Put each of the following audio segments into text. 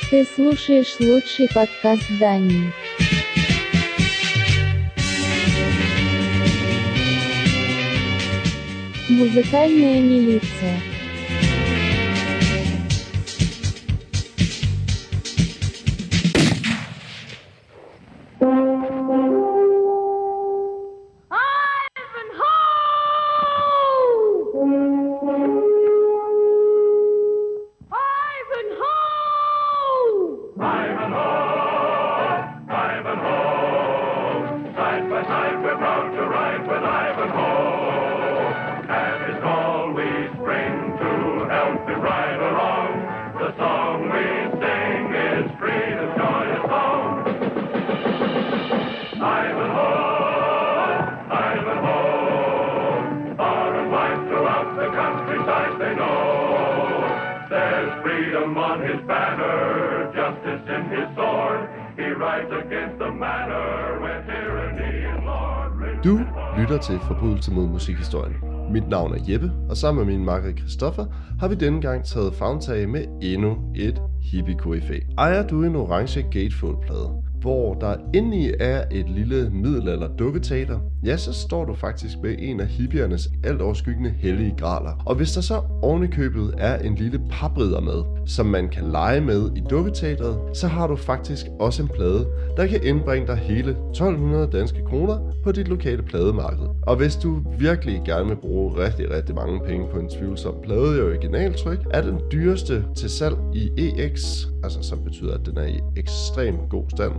Ты слушаешь лучший подкаст Дании. Музыкальная милиция. Du lytter til Forbrydelse mod musikhistorien. Mit navn er Jeppe, og sammen med min makker Christoffer har vi denne gang taget favntag med endnu et hippie-koryfæ. Ejer du en orange gatefold-plade, hvor der indeni er et lille middelalder dukketeater, ja, så står du faktisk med en af hippiernes alt overskyggende hellige graler. Og hvis der så ovenikøbet er en lille papridder med, som man kan lege med i dukketeateret, så har du faktisk også en plade, der kan indbringe dig hele 1200 danske kroner på dit lokale plademarked. Og hvis du virkelig gerne vil bruge rigtig mange penge på en tvivlsom plade i originaltryk, er den dyreste til salg i EX, altså som betyder, at den er i ekstremt god stand.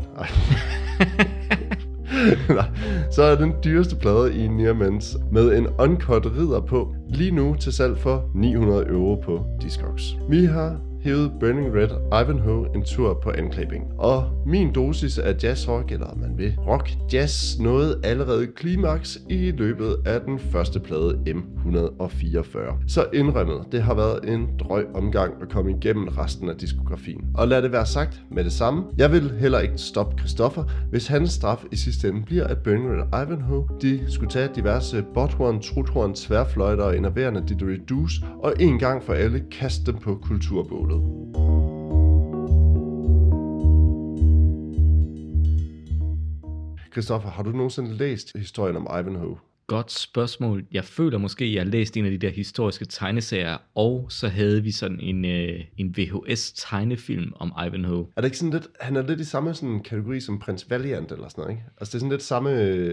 Så er den dyreste plade i Nearments med en uncut ridder på lige nu til salg for 900 euro på Discogs. Vi har hævet Burning Red Ivanhoe en tur på Anklæbing. Og min dosis af jazzrock, eller om man vil rock jazz, nåede allerede klimaks i løbet af den første plade M144. Så indrømmet, det har været en drøg omgang at komme igennem resten af diskografien. Og lad det være sagt med det samme, jeg vil heller ikke stoppe Christoffer, hvis hans straf i sidste ende bliver, at Burning Red Ivanhoe, de skulle tage diverse botthorn, truthorn, tværfløjter og enerverende didgeridoo og en gang for alle kaste dem på kulturbålet. Christoffer, har du nogensinde læst historien om Ivanhoe? Godt spørgsmål. Jeg føler måske, at jeg har læst en af de der historiske tegneserier, og så havde vi sådan en VHS-tegnefilm om Ivanhoe. Er det ikke sådan lidt, han er lidt i samme sådan kategori som Prins Valiant eller sådan noget, ikke? Altså det er sådan lidt samme...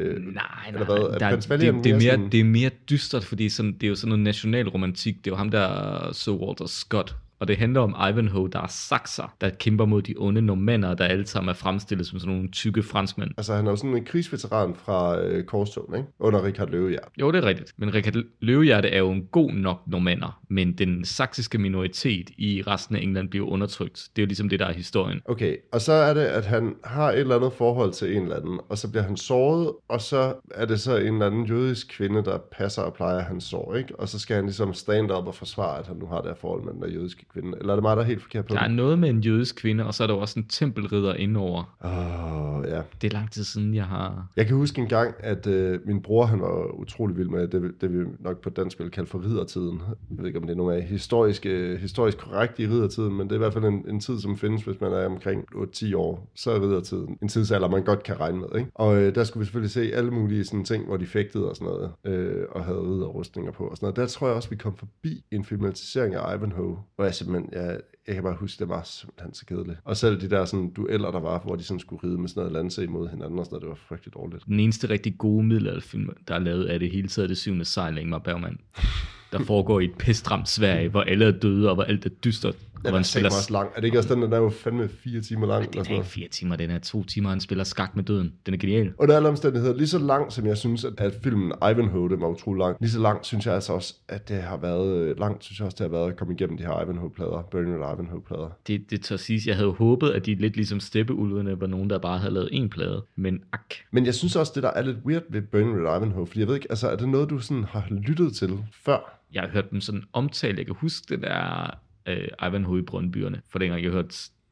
Nej, det er mere dystert, fordi sådan, det er jo sådan noget nationalromantik. Det er jo ham, der så Walter Scott. Og det handler om Ivanhoe, der er sakser, der kæmper mod de onde normanner, der alle sammen er fremstillet som sådan nogle tykke franskmænd. Altså han er jo sådan en krigsveteran fra Korstogen, ikke? Under Richard Løvehjerte. Jo, det er rigtigt. Men Richard Løvehjerte er jo en god nok normanner, men den saksiske minoritet i resten af England bliver undertrykt. Det er jo ligesom det, der er historien. Okay, og så er det, at han har et eller andet forhold til en eller anden, og så bliver han såret, og så er det så en eller anden jødisk kvinde, der passer og plejer hans sår, ikke? Og så skal han ligesom stand up og forsvare, at han nu har det her forhold med den der jødiske kvinde. Eller er det mig, der er helt forkert på det? Der er noget med en jødisk kvinde, og så er der også en tempelridder indover. Ja. Det er lang tid siden, jeg har... Jeg kan huske en gang, at min bror, han var utrolig vild med det vi nok på dansk vil kalde for riddertiden. Jeg ved ikke, om det er nogen af historisk korrekt i riddertiden, men det er i hvert fald en tid, som findes, hvis man er omkring 8-10 år. Så er riddertiden en tidsalder, man godt kan regne med, ikke? Og der skulle vi selvfølgelig se alle mulige sådan ting, hvor de fægtede og sådan noget, og havde ridderrustninger på og sådan noget. Der tror jeg også, vi kom forbi en filmatisering af Ivanhoe, hvor jeg kan bare huske, det var simpelthen så kedeligt. Og selv de der sådan dueller, der var, hvor de sådan skulle ride med sådan noget lanse imod hinanden og sådan noget, det var frygtelig dårligt. Den eneste rigtig gode middelalderfilm, der er lavet af det hele taget, det 7. sejl, Ingmar Bergman. Der foregår i et pestramt Sverige, hvor alle er døde, og hvor alt er dystert. Den er sikkert også lang. Er det ikke også den, der er jo fandme 4 timer lang? Den er ikke 4 timer, den er 2 timer, han spiller skak med døden. Den er genial. Under alle omstændigheder, lige så lang som jeg synes, at filmen Ivanhoe, det var utrolig lang, lige så langt synes jeg altså også, at det har været langt, synes jeg også, det har været at komme igennem de her Ivanhoe-plader, Burning Red Ivanhoe-plader. Det tør siges, jeg havde håbet, at de lidt ligesom Steppeulvene var nogen, der bare havde lavet en plade, men ak. Men jeg synes også, det der er lidt weird ved Burning Red Ivanhoe, fordi jeg ved ikke, altså er det noget, du sådan har lyttet til før? Jeg har hørt dem sådan omtalt, jeg kan huske det der Ivanhoe i Brøndbyerne, for dengang jeg hørte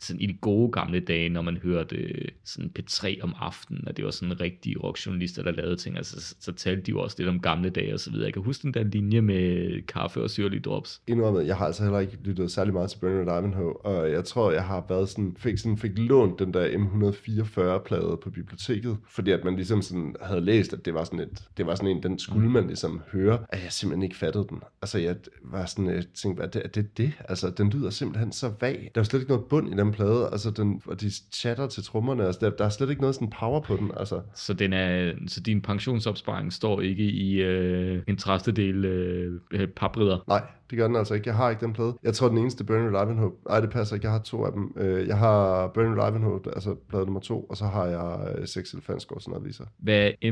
sådan i de gode gamle dage, når man hørte sådan P3 om aftenen, og det var sådan rigtige rockjournalister, der lavede ting, altså så talte de jo også lidt om gamle dage og så videre. Jeg kan huske den der linje med kaffe og syrlige drops. Indrømmet, jeg har altså heller ikke lyttet særlig meget til Burning Red Ivanhoe, og jeg tror, jeg har været fik lånt den der M144-plade på biblioteket, fordi at man ligesom sådan havde læst, at det var sådan en, den skulle man ligesom høre, at jeg simpelthen ikke fattede den. Altså jeg var sådan, jeg tænkte, er det? Altså den lyder simpelthen så vag. Der er slet ikke noget bund i den plade, altså og de chatter til trommerne, altså der er slet ikke noget sådan power på den, altså. Så din pensionsopsparing står ikke i en træstedel papridder? Nej, det gør den altså ikke. Jeg har ikke den plade. Jeg tror, den eneste Burning Red Ivanhoe, det passer ikke, jeg har 2 af dem. Jeg har Burning Red Ivanhoe, altså plade nummer 2, og så har jeg Sex Elefantskår, sådan noget viser. Hvad er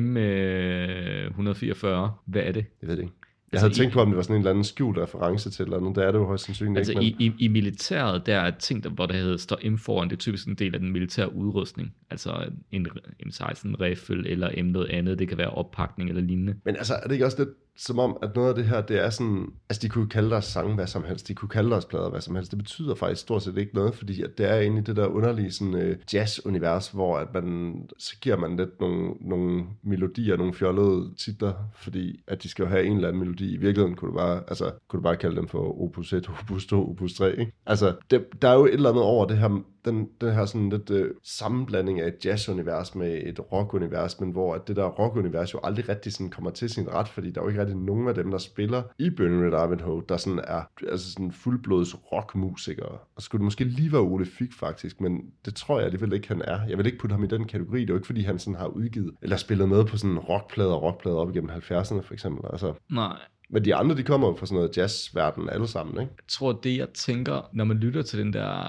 M144? Hvad er det? Jeg ved det ikke. Jeg havde tænkt på, om det var sådan en eller anden skjult reference til eller andet. Det er det jo højst sandsynligt altså ikke. Men... i militæret, der er ting, hvor der står M foran, det er typisk en del af den militære udrustning. Altså en M16-riffel eller M noget andet. Det kan være oppakning eller lignende. Men altså, er det ikke også lidt som om, at noget af det her, det er sådan... Altså, de kunne kalde deres sange hvad som helst. De kunne kalde deres plader hvad som helst. Det betyder faktisk stort set ikke noget, fordi at det er inde i det der underlige sådan, jazz-univers, hvor at så giver man lidt nogle melodier, nogle fjollede titler, fordi at de skal jo have en eller anden melodi. I virkeligheden kunne du bare kalde dem for opus 1, opus 2, opus 3, ikke? Altså, der er jo et eller andet over det her... Den her sådan lidt sammenblanding af et jazz-univers med et rock-univers, men hvor at det der rock-univers jo aldrig rigtig sådan kommer til sin ret, fordi der er jo ikke rigtig nogen af dem, der spiller i Burning Red Ivanhoe, der sådan er altså sådan fuldblods rockmusikere. Og skulle det måske lige være Ole Fick faktisk, men det tror jeg alligevel ikke, han er. Jeg vil ikke putte ham i den kategori. Det er jo ikke, fordi han sådan har udgivet eller spillet med på sådan rockplader op igennem 70'erne for eksempel. Altså. Nej. Men de andre, de kommer jo fra sådan noget jazzverden alle sammen, ikke? Jeg tror, det jeg tænker, når man lytter til den der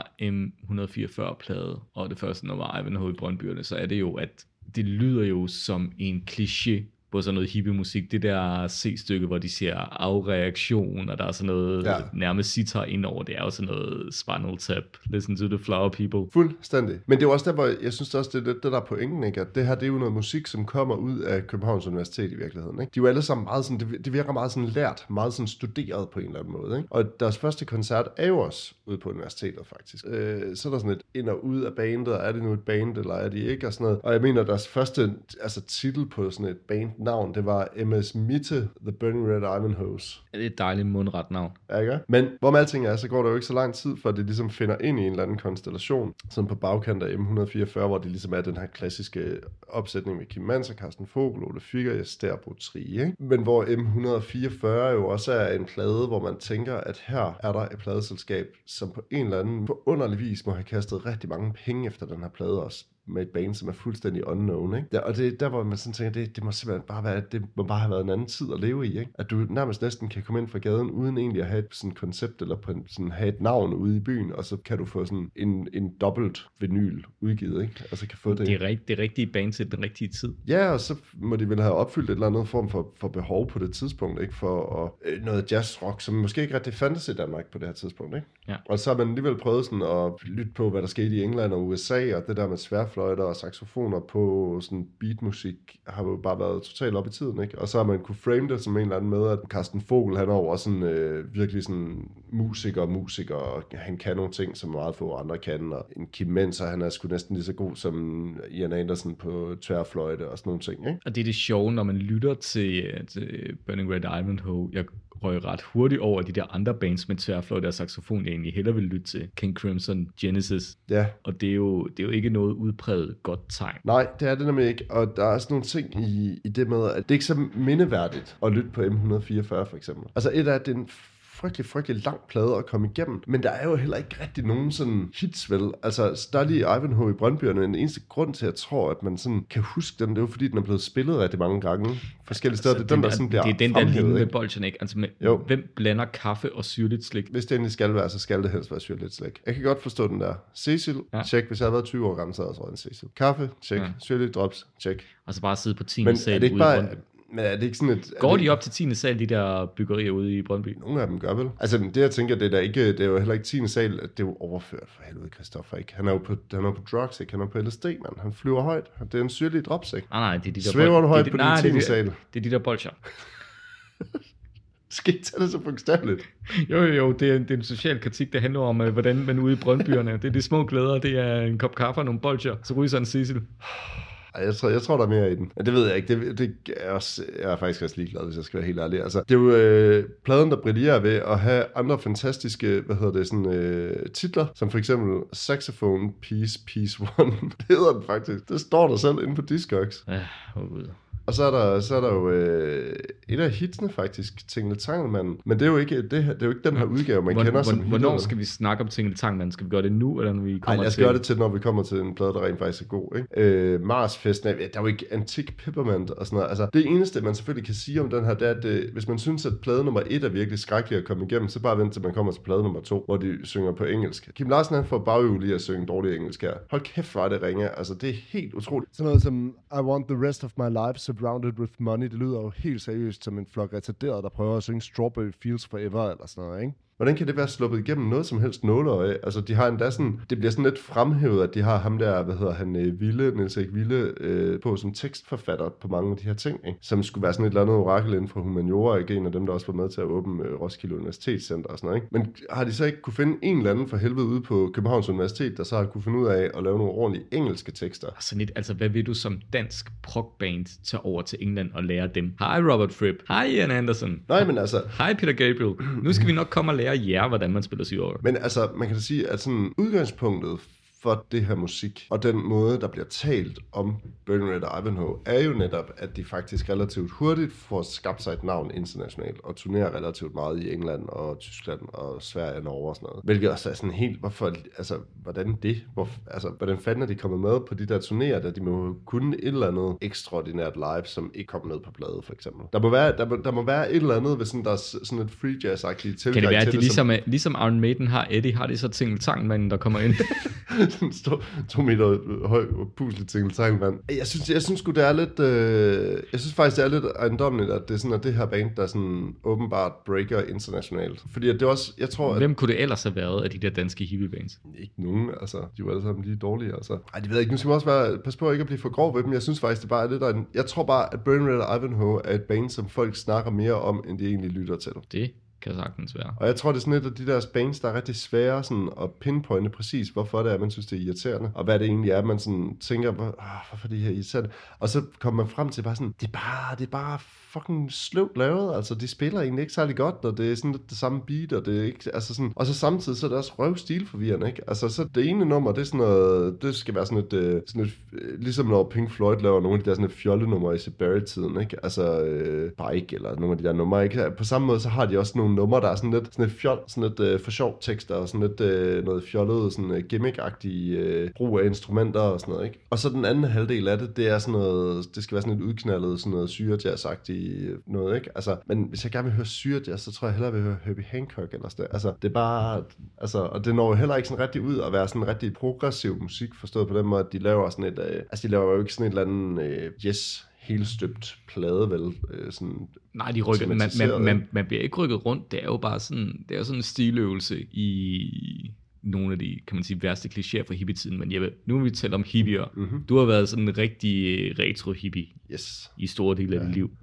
M144-plade, og det første nummer Ivanhoe i Brøndbyerne, så er det jo, at det lyder jo som en kliché på sådan noget hippie-musik. Det der C-stykke, hvor de siger afreaktion, og der er sådan noget nærmest sitar indover. Det er jo sådan noget Spinal Tap. Listen to the flower people. Fuldstændig. Men det er jo også der, hvor jeg synes også, det er det der er pointen, ikke? At det her, det er jo noget musik, som kommer ud af Københavns Universitet i virkeligheden, ikke? De er jo alle sammen meget sådan, det virker meget sådan lært, meget sådan studeret på en eller anden måde, ikke? Og deres første koncert er jo også ude på universitetet, faktisk. Så er der sådan et ind og ud af bandet, er det nu et band, eller er de ikke, og sådan noget. Og jeg mener, deres første titel på sådan et bandnavn, det var MS Mitte, The Burning Red Ivanhoes. Det er et dejligt mundret navn. Ja, ikke? Men hvorom alting er, så går der jo ikke så lang tid, før det ligesom finder ind i en eller anden konstellation, sådan på bagkant af M144, hvor det ligesom er den her klassiske opsætning med Kim Manns og Carsten Vogel, Ole Ficker, Ester Botri, ikke? Men hvor M144 jo også er en plade, hvor man tænker, at her er der et pladeselskab, som på en eller anden forunderlig vis må have kastet rigtig mange penge efter den her plade også, med et band, som er fuldstændig unknown, ikke? Og det er der, hvor man sådan tænker, det må simpelthen bare være, det må bare have været en anden tid at leve i, ikke? At du nærmest næsten kan komme ind fra gaden, uden egentlig at have et sådan koncept, eller på sådan have et navn ude i byen, og så kan du få sådan en dobbelt vinyl udgivet, ikke? Og så kan få det. Det rigtige band til den rigtige tid. Ja, og så må de vel have opfyldt et eller andet form for behov på det tidspunkt, ikke? For noget jazzrock, som måske ikke rigtig fandtes i Danmark på det her tidspunkt, ikke? Ja. Og så har man alligevel prøvet sådan at lytte på, hvad der skete i England og USA, og det der med sværfløjter og saxofoner på sådan beatmusik har jo bare været totalt op i tiden, ikke? Og så har man kunne frame det som en eller anden med, at Carsten Vogel, han er jo også sådan virkelig sådan musiker, og han kan nogle ting, som meget få andre kan, og en Kim Menser, han er sgu næsten lige så god som Ian Anderson på tværfløjte og sådan nogle ting, ikke? Og det er det sjove, når man lytter til Burning Red Ivanhoe. Jeg røg ret hurtigt over de der andre bands med tværfløjte og saxofon, jeg egentlig hellere vil lytte til. King Crimson, Genesis. Ja. Og det er jo ikke noget udpræget godt tegn. Nej, det er det nemlig ikke. Og der er sådan nogle ting i det med, at det er ikke så mindeværdigt at lytte på M144 for eksempel. Altså et af den frygtelig lang plade at komme igennem, men der er jo heller ikke rigtig nogen sådan hits, vel? Altså, der er lige Ivanhoe i Brøndbyerne, den eneste grund til, at jeg tror, at man sådan kan huske den, det er jo fordi, den er blevet spillet rigtig mange gange forskellige steder. Altså, det er den, der sådan bliver det er den der linje med bolchen, ikke? Altså, hvem blander kaffe og syrligt slik? Hvis det endelig skal være, så skal det helst være syrligt slik. Jeg kan godt forstå den der. Cecil, tjek. Hvis jeg havde været 20 år gammel, så havde jeg også en Cecil. Kaffe, tjek. Syrligt drops, tjek. Og så bare sidde på 10. sal ude i Brøndby. Men er det ikke sådan et... Går de op til 10. sal, de der byggerier ude i Brøndby? Nogle af dem gør vel. Altså det jeg tænker, det er jo heller ikke 10. sal, det er jo overført for helvede, Christoffer, ikke? Han er jo på drugs, ikke? Han er på LSD, mand. Han flyver højt. Det er en syrlig drops, ikke? Nej, det er de der... Svæver du højt på den 10. sal? Det er de der bolcher. skal ikke tage det så bogstaveligt. Jo, det er en social kritik, der handler om, hvordan man ude i Brøndbyerne, det er de små glæder, det er en kop kaffe og nogle bolcher, så ryger en Cecil. Ej, jeg tror, der er mere i den. Ja, det ved jeg ikke. Det er også, jeg er faktisk også ligeglad, hvis jeg skal være helt ærlig. Altså, det er jo pladen, der brillerer ved at have andre fantastiske, titler, som for eksempel Saxophone Piece 1. Det hedder den faktisk. Det står der selv inde på Discogs. Ja, Gud. Og så er der jo et af hitsene faktisk, Tingle-Tangle-manden. Men det er jo ikke, det er jo ikke den her udgave, man kender som hitterne. Hvornår skal vi snakke om Tingle-Tangle-manden? Skal vi gøre det nu, eller når vi kommer til... Nej, lad os gøre det til, når vi kommer til en plade, der rent faktisk er god. Ikke? Mars-festen, der er jo ikke Antique Peppermint og sådan noget. Altså, det eneste, man selvfølgelig kan sige om den her, det er, at hvis man synes, at plade nummer 1 er virkelig skrækkelig at komme igennem, så bare vent til man kommer til plade nummer 2, hvor de synger på engelsk. Kim Larsen, han får baghjul i at synge dårlig engelsk her. Hold kæft, hvor det ringer. Altså, det er helt utroligt. Sådan noget som I want the rest of my life surrounded with money, det lyder jo helt seriøst som en flok retarderede, der prøver at synge Strawberry Fields Forever, eller sådan noget, ikke? Hvordan kan det være sluppet igennem noget som helst nåleøje? Altså, de har endda sådan, det bliver sådan lidt fremhævet, at de har ham der, Niels Erik Ville, på som tekstforfatter på mange af de her ting, ikke? Som skulle være sådan et eller andet orakel inden for humaniora, ikke? En af dem, der også var med til at åbne Roskilde Universitetscenter og sådan noget, ikke? Men har de så ikke kunne finde en eller anden for helvede ude på Københavns Universitet, der så har kunne finde ud af at lave nogle ordentlige engelske tekster? Altså, hvad vil du som dansk prog-band tage over til England og lære dem? Hej Robert Fripp. Hej Ian Anderson. Nej, men altså... Hej Peter Gabriel. Nu skal vi nok komme og lære jer, hvordan man spiller 7 år. Men altså, man kan da sige, at sådan udgangspunktet for det her musik, og den måde, der bliver talt om Burning Red og Ivanhoe, er jo netop, at de faktisk relativt hurtigt får skabt sig et navn internationalt, og turnerer relativt meget i England og Tyskland og Sverige og Norge og sådan noget. Hvilket også er sådan helt, hvordan fanden er de kommet med på de der turnerer, der de må kunne et eller andet ekstraordinært live, som ikke kom ned på plade, for eksempel. Der må være et eller andet, hvis sådan, der er sådan et free jazz-agtigt tilgang. Kan det være, at de ligesom Iron Maiden har Eddie, har de så Tingle-Tangle-manden, der kommer ind? Sådan 2 meter høj og puslig Tingle-Tangle-mand. Jeg synes sgu, det er lidt... jeg synes faktisk, det er lidt ejendommeligt, at det er sådan, at det her band, der sådan åbenbart breaker internationalt. Fordi at det også, jeg tror... Hvem kunne det ellers have været af de der danske hippie-bands? Ikke nogen, altså. De er jo alle sammen lige dårlige, altså. Ej, det ved jeg ikke. Nu skal man også pas på at ikke at blive for grov ved dem. Jeg synes faktisk, det bare er lidt af jeg tror bare, at Burning Red og Ivanhoe er et band, som folk snakker mere om, end de egentlig lytter til. Det kan sagtens være. Og jeg tror, det er sådan et af de der bands, der er rigtig svære sådan, at pinpointe præcis, hvorfor det er, man synes, det er irriterende, og hvad det egentlig er, man sådan tænker, hvorfor det her irriterende. Og så kommer man frem til bare sådan, det er bare fucking sløvt lavet, altså de spiller egentlig ikke særlig godt, og det er sådan lidt det samme beat, og det er ikke, altså sådan, og så samtidig så er det også røvstilforvirrende, ikke? Altså så det ene nummer, det er sådan noget, det skal være sådan et ligesom når Pink Floyd laver nogle af de der sådan et fjollenummer i Barry-tiden, ikke? Altså Bike eller nogle af de der numre, ikke? På samme måde så har de også nogle numre, der er sådan et fjol, sådan et for sjov tekster og sådan lidt noget fjollet, sådan gimmick-agtig brug af instrumenter og sådan noget, ikke? Og så den anden halvdel af det, det er sådan noget, det skal være sådan et udknaldet, sådan noget syrejazz-agtigt noget, ikke? Altså, men hvis jeg gerne vil høre syrejazz, så tror jeg hellere vil høre Herbie Hancock eller sådan. Altså, det er bare, altså, og det når jo heller ikke sådan rigtig ud at være sådan rigtig progressiv musik, forstået på den måde, at de laver sådan et, de laver jo ikke sådan et eller andet, helt støbt plade, vel? Sådan, nej, de rykker, man bliver ikke rykket rundt, det er jo bare sådan, det er jo sådan en stiløvelse i nogle af de, kan man sige, værste klichéer fra hippietiden, men Jeppe, nu vil vi tale om hippier. Mm-hmm. Du har været sådan en rigtig retro-hippie i store dele af dit liv.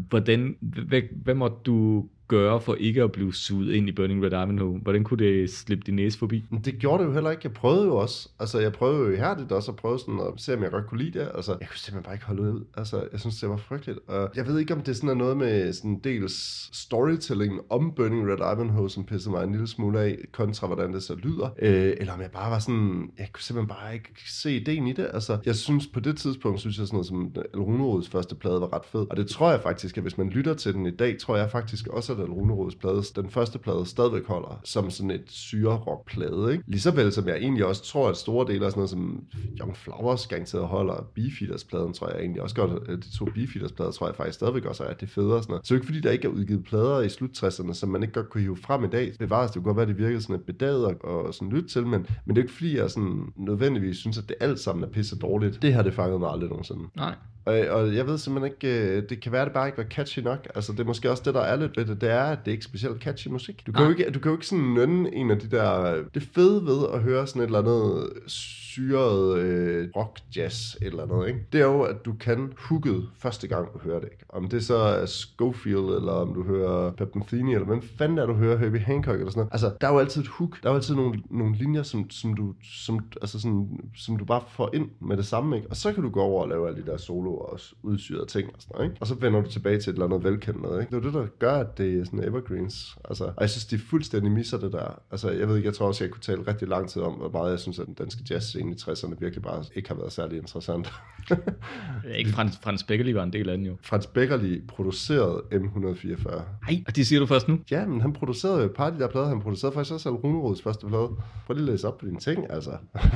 Hvad må du gøre for ikke at blive suget ind i Burning Red Ivanhoe? Hvordan kunne det slippe din næse forbi? Det gjorde det jo heller ikke. Jeg prøvede jo også. Altså, jeg prøvede jo ihærdigt også at prøve sådan at se, om jeg godt kunne lide det. Altså, jeg kunne simpelthen bare ikke holde ud. Altså, jeg synes, det var frygteligt. Og jeg ved ikke, om det sådan er noget med sådan dels storytelling om Burning Red Ivanhoe, som pissede mig en lille smule af, kontra hvordan det så lyder. Eller om jeg bare var sådan, jeg kunne simpelthen bare ikke se ideen i det. Altså, jeg synes på det tidspunkt, synes jeg sådan noget som El Runerods første plade var ret fed. Og det tror jeg faktisk, at hvis man lytter til den i dag, tror jeg faktisk også, at El Runerods plade, den første plade, stadigvæk holder som sådan et syre-rock-plade, ikke? Ligesåvel som jeg egentlig også tror, at store dele af sådan noget som Young Flowers garanteret holder. Beefeaters-pladen tror jeg egentlig også godt, de 2 Beefeaters-plader tror jeg faktisk stadigvæk også er det fede og sådan noget. Så det er ikke fordi, der ikke er udgivet plader i slut-60'erne, som man ikke godt kunne hive frem i dag. Bevares, det kunne godt være, at det virkede sådan et bedaget og sådan lytte til, men det er ikke fordi, jeg sådan nødvendigvis synes, at det alt sammen er pisse dårligt. Det her, det fangede mig aldrig nogensinde. Nej. Og jeg ved simpelthen ikke, det kan være, det bare ikke var catchy nok. Altså, det er måske også det, der er lidt ved det. Det er, at det ikke er specielt catchy musik. Du kan jo ikke sådan nynne en af de der... Det fede ved at høre sådan et eller andet syret rock jazz eller noget, ikke? Det er jo, at du kan hooket første gang, du hører det, ikke? Om det så er Scofield, eller om du hører Pat Metheny, eller hvem fanden er du hører Herbie Hancock, eller sådan noget. Altså, der er jo altid et hook. Der er jo altid nogle linjer, som du bare får ind med det samme, ikke? Og så kan du gå over og lave alle de der soloer og udsyrede ting og sådan noget, ikke? Og så vender du tilbage til et eller andet velkendt noget, ikke? Det er jo det, der gør, at det er sådan evergreens. Altså, og jeg synes, de fuldstændig misser det der. Altså, jeg ved ikke, jeg tror også, jeg kunne tale rigtig lang tid om, hvor meget jeg synes, at den danske jazzscene i 60'erne virkelig bare ikke har været særlig interessant. Ikke Frans Beckerli var en del af den jo. Frans Beckerli producerede M144. Nej, og det siger du først nu? Ja, men han producerede et par af de der plader. Han producerede faktisk også Runerods første plade. Prøv lige at læse op på dine ting, altså.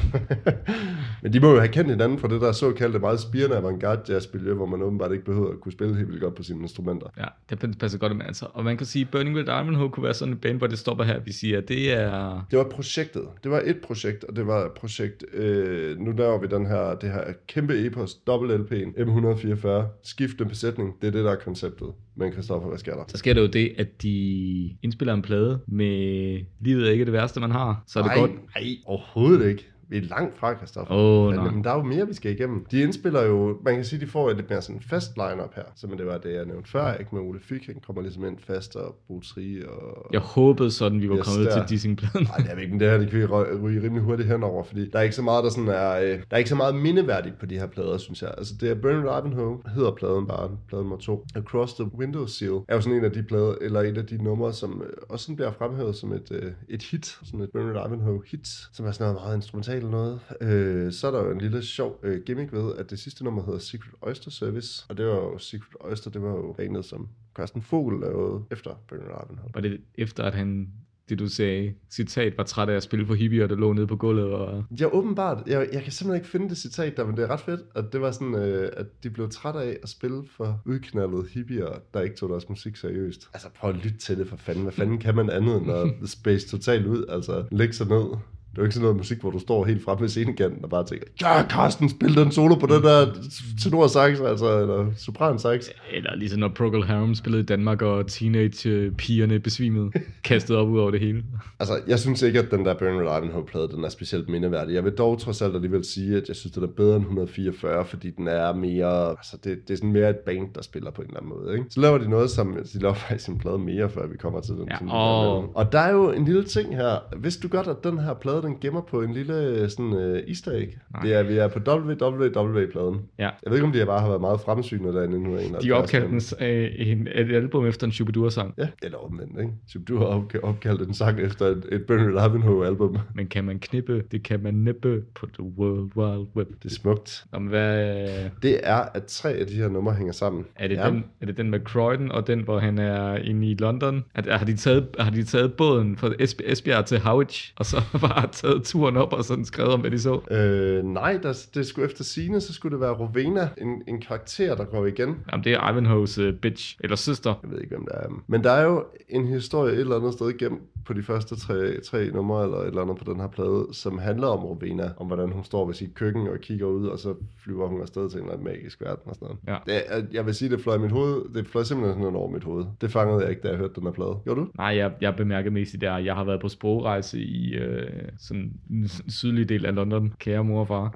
Men de må jo have kendt hinanden fra det der såkaldte meget spirende avantgarde jazzmiljø, hvor man åbenbart ikke behøver at kunne spille helt vildt godt på sine instrumenter. Ja, det passer godt med, altså. Og man kan sige, Burning Red Ivanhoe kunne være sådan en band, hvor det stopper her. Vi siger, at det er... Det var projektet. Det var et projekt, og det var et projekt... nu laver vi det her kæmpe epos, dobbelt LP'en, M144, skiftende besætning. Det er det, der er konceptet. Men Christoffer, hvad sker der? Så sker det jo det, at de indspiller en plade med livet er ikke det værste, man har. Så er det godt. Nej, overhovedet ikke. Vi er langt fra, Christoffer. Men der er jo mere, vi skal igennem. De indspiller jo, man kan sige, de får et lidt mere sådan fast line-up her. Så det var det, jeg nævnte før, ikke? Med Ole Fyk, han kommer ligesom ind fast, og Botri og... Jeg håbede sådan, vi var kommet til Dissing-pladen. Nej, jeg ved ikke, det her, det kan vi ryge rimelig hurtigt henover, fordi der er ikke så meget, der sådan er... der er ikke så meget mindeværdigt på de her plader, synes jeg. Altså, det er Burning Red Ivanhoe, hedder pladen bare, plade nummer 2. Across the Window Sill er jo sådan en af de plader, eller et af de numre, som også sådan bliver fremhævet som et hit, sådan et Burning Red Ivanhoe hit, som er sådan noget meget instrumentalt noget. Så er der jo en lille sjov gimmick ved, at det sidste nummer hedder Secret Oyster Service, og det var jo Secret Oyster, det var jo banet, som Carsten Fogel lavede efter Burning Red Ivanhoe. Var det efter, at han, det du sagde, citat, var træt af at spille for hippier, der lå nede på gulvet? Og... Ja, åbenbart. Jeg kan simpelthen ikke finde det citat der, men det er ret fedt, at det var sådan, at de blev træt af at spille for udknaldede hippier, der ikke tog deres musik seriøst. Altså prøv at lytte til det for fanden. Hvad fanden kan man andet end at space totalt ud? Altså lægge sig ned. Det er jo ikke sådan noget musik, hvor du står helt fremme ved scenekanten og bare tænker, ja, Carsten, spil den solo på den der tenorsax, altså, eller sopransax. Eller ligesom når Procol Harum spillede i Danmark, og teenage-pigerne besvimede, kastet op ud over det hele. Altså, jeg synes ikke, at den der Burning Red Ivanhoe-plade, den er specielt mindeværdig. Jeg vil dog trods alt alligevel sige, at jeg synes, den er bedre end 144, fordi den er mere, altså, det er sådan mere et band, der spiller på en eller anden måde, ikke? Så laver de noget, som, de laver faktisk en plade mere, før vi kommer til den. Ja, og der er jo en lille ting her. Vidste du godt, at den her plade, den gemmer på en lille sådan easter egg? Nej. Vi er på WWW-pladen. Ja. Jeg ved ikke, om de bare har været meget fremsynede derinde nu. De opkaldte et album efter en Shubidua-sang. Ja, eller omvendt, ikke? Shubidua har opkaldt en sang efter et Burning Red Ivanhoe-album. Men kan man knippe? Det kan man næppe på The World Wide Web. Det er smukt. Om hvad... Det er, at 3 af de her numre hænger sammen. Er det den med Croydon, og den, hvor han er inde i London? Har de taget båden fra Esbjerg til Harwich, og så bare taget turen op og sådan skrevet om, hvad de så? Nej, det skulle efter sigende, så skulle det være Rowena, en karakter, der går igen. Jamen, det er Ivanhoes bitch, eller søster. Jeg ved ikke, hvem det er. Men der er jo en historie et eller andet sted gemt på de første tre numre, eller et eller andet på den her plade, som handler om Rowena, om hvordan hun står ved sit køkken og kigger ud, og så flyver hun afsted til en eller anden magisk verden og sådan noget. Ja. Jeg vil sige, det fløj i mit hoved. Det fløj simpelthen sådan over mit hoved. Det fangede jeg ikke, da jeg hørte den her plade. Gjorde du? Nej, jeg bemærkede mest i det, jeg har været på sprogrejse i sådan en sydlig del af London, kære mor og far.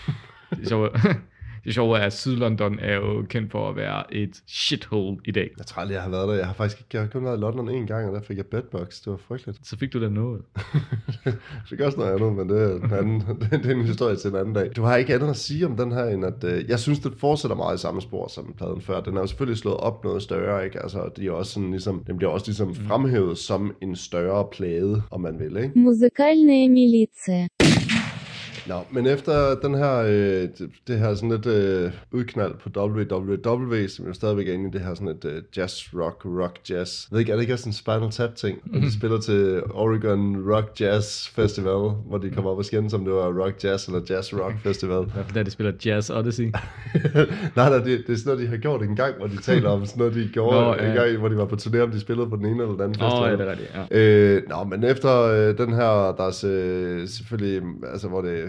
Det sjove er, at Sydlondon er jo kendt for at være et shithole i dag. Jeg tror aldrig, jeg har været der. Jeg har kun været i London en gang, og der fik jeg bedbugs. Det var frygteligt. Så fik du da noget. Jeg fik også noget andet, men det er en historie til en anden dag. Du har ikke andet at sige om den her, end at jeg synes, det fortsætter meget i samme spor som pladen før. Den er jo selvfølgelig slået op noget større, ikke? Altså, de er også sådan, ligesom, den bliver også ligesom fremhævet som en større plade, om man vil, ikke? Музыкальная милиция. Nå, men efter den her, det her sådan lidt udknald på WWW, som jo stadigvæk er inde i det her sådan et rock jazz. Jeg ved ikke, er det ikke også en Spinal Tap ting? Og de spiller til Oregon Rock Jazz Festival, hvor de kommer op og skændes, om det var Rock Jazz eller Jazz Rock Festival. I hvert fald da de spiller Jazz Odyssey. nej, det er sådan noget, de har gjort en gang, hvor de taler om sådan noget, de gjorde en gang, hvor de var på turné, om de spillede på den ene eller den anden festival. Ja, det er rigtigt, ja. Men efter den her, der er selvfølgelig, altså hvor det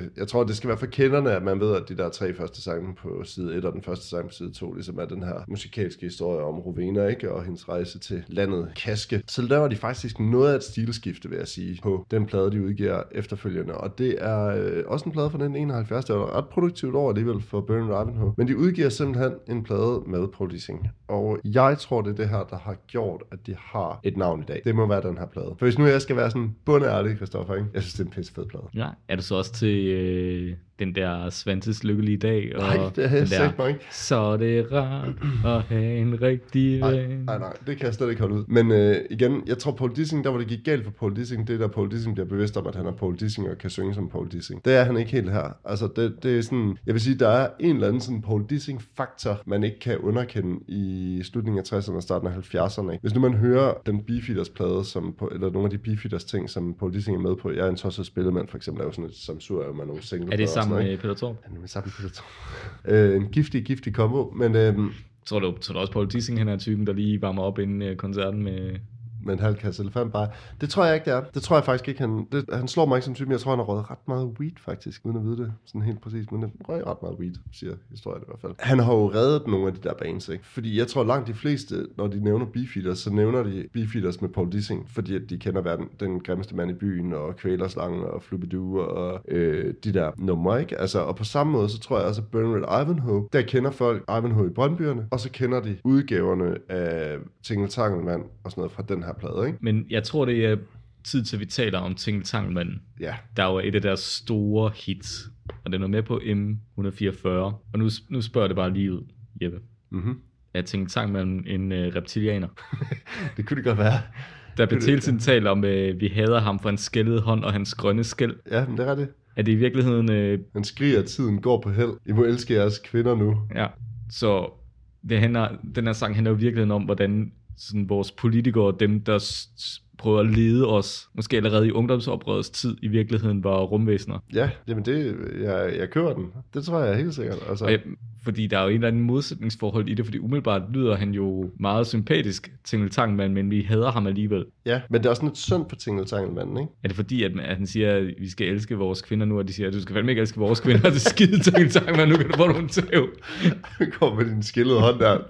Jeg tror, det skal være for kenderne, at man ved, at de der 3 første sange på side 1 og den første sang på side 2, ligesom er den her musikalske historie om Rowena, ikke? Og hendes rejse til landet Kaske. Så der var de faktisk noget af et stilskifte, vil jeg sige, på den plade, de udgiver efterfølgende. Og det er også en plade fra 1971, der var ret produktivt år alligevel for Burning Ivanhoe. Men de udgiver simpelthen en plade med Paul Dissing. Og jeg tror, det er det her, der har gjort, at de har et navn i dag. Det må være den her plade. For hvis nu jeg skal være sådan bundærlig, Christoffer, ikke? Jeg synes, det er en pissefed plade. Ja, er du så også til den der Svantes lykkelige dag? Og Nej, det har jeg sagt mig ikke. Så er det rart at have en rigtig ven. Nej, det kan jeg slet ikke holde ud. Men igen, jeg tror Paul Dissing, der hvor det gik galt for Paul Dissing, det er der Paul Dissing bliver bevidst om, at han er Paul Dissing og kan synge som Paul Dissing. Det er han ikke helt her. Altså, det er sådan, jeg vil sige, der er en eller anden sådan Paul Dissing-faktor, man ikke kan underkende i slutningen af 60'erne og starten af 70'erne. Hvis nu man hører den Beefeaters-plade, eller nogle af de Beefeaters-ting, som Paul Dissing er med på, jeg er en tosset spillement, for eksempel, er jo sådan et samsur med nogle singler. Er det sammen med Peter Torp? Ja, det er sammen med Peter Torp. En giftig kombo, men... Tror du også, Paul Dissing, han er typen, der lige varmer op inden koncerten med en halv kasse elefant bare. Det tror jeg ikke, det er. Det tror jeg faktisk ikke. Han slår mig ikke som typen. Jeg tror, han har røget ret meget weed, faktisk, uden at vide det sådan helt præcis. Men han røg ret meget weed, siger historien i hvert fald. Han har jo reddet nogle af de der bands, ikke? Fordi jeg tror langt de fleste, når de nævner Beefeaters, så nævner de Beefeaters med Paul Dissing, fordi at de kender den grimmeste mand i byen, og Kvælerslangen, og Flubidoo, og de der numre, ikke? Altså, og på samme måde, så tror jeg også, at Burning Ivanhoe, der kender folk Ivanhoe i Brøndbyerne, og så kender de udgaverne af Tingeltangelmand og sådan noget fra den her plade, ikke? Men jeg tror, det er tid til, at vi taler om Tingeltangelmanden. Ja. Der var et af deres store hits, og den er med på M144. Og nu spørger det bare lige ud, Jeppe. Mhm. Er Tingeltangelmanden en reptilianer? Det kunne det godt være. Der blev hele tiden talt om, vi hader ham for en skældet hånd og hans grønne skæld. Ja, men det er det. Er det i virkeligheden... Han skriger, at tiden går på held. I må elske jeres kvinder nu. Ja, så den her sang handler jo i virkeligheden om, hvordan sådan vores politikere, dem der prøver at lede os, måske allerede i ungdomsoprørets tid, i virkeligheden var rumvæsener. Ja, jamen jeg kører den. Det tror jeg helt sikkert. Altså. Fordi der er jo en eller anden modsætningsforhold i det, fordi umiddelbart lyder han jo meget sympatisk, Tingeltangelmand, men vi hader ham alligevel. Ja, men det er også lidt synd for Tingeltangelmanden, ikke? Er det fordi, at han siger, at vi skal elske vores kvinder nu, og de siger, at du skal fandme ikke elske vores kvinder, og det er skide Tingeltangelmand, nu kan du få nogle tæv. Kom med din skillede hånd der.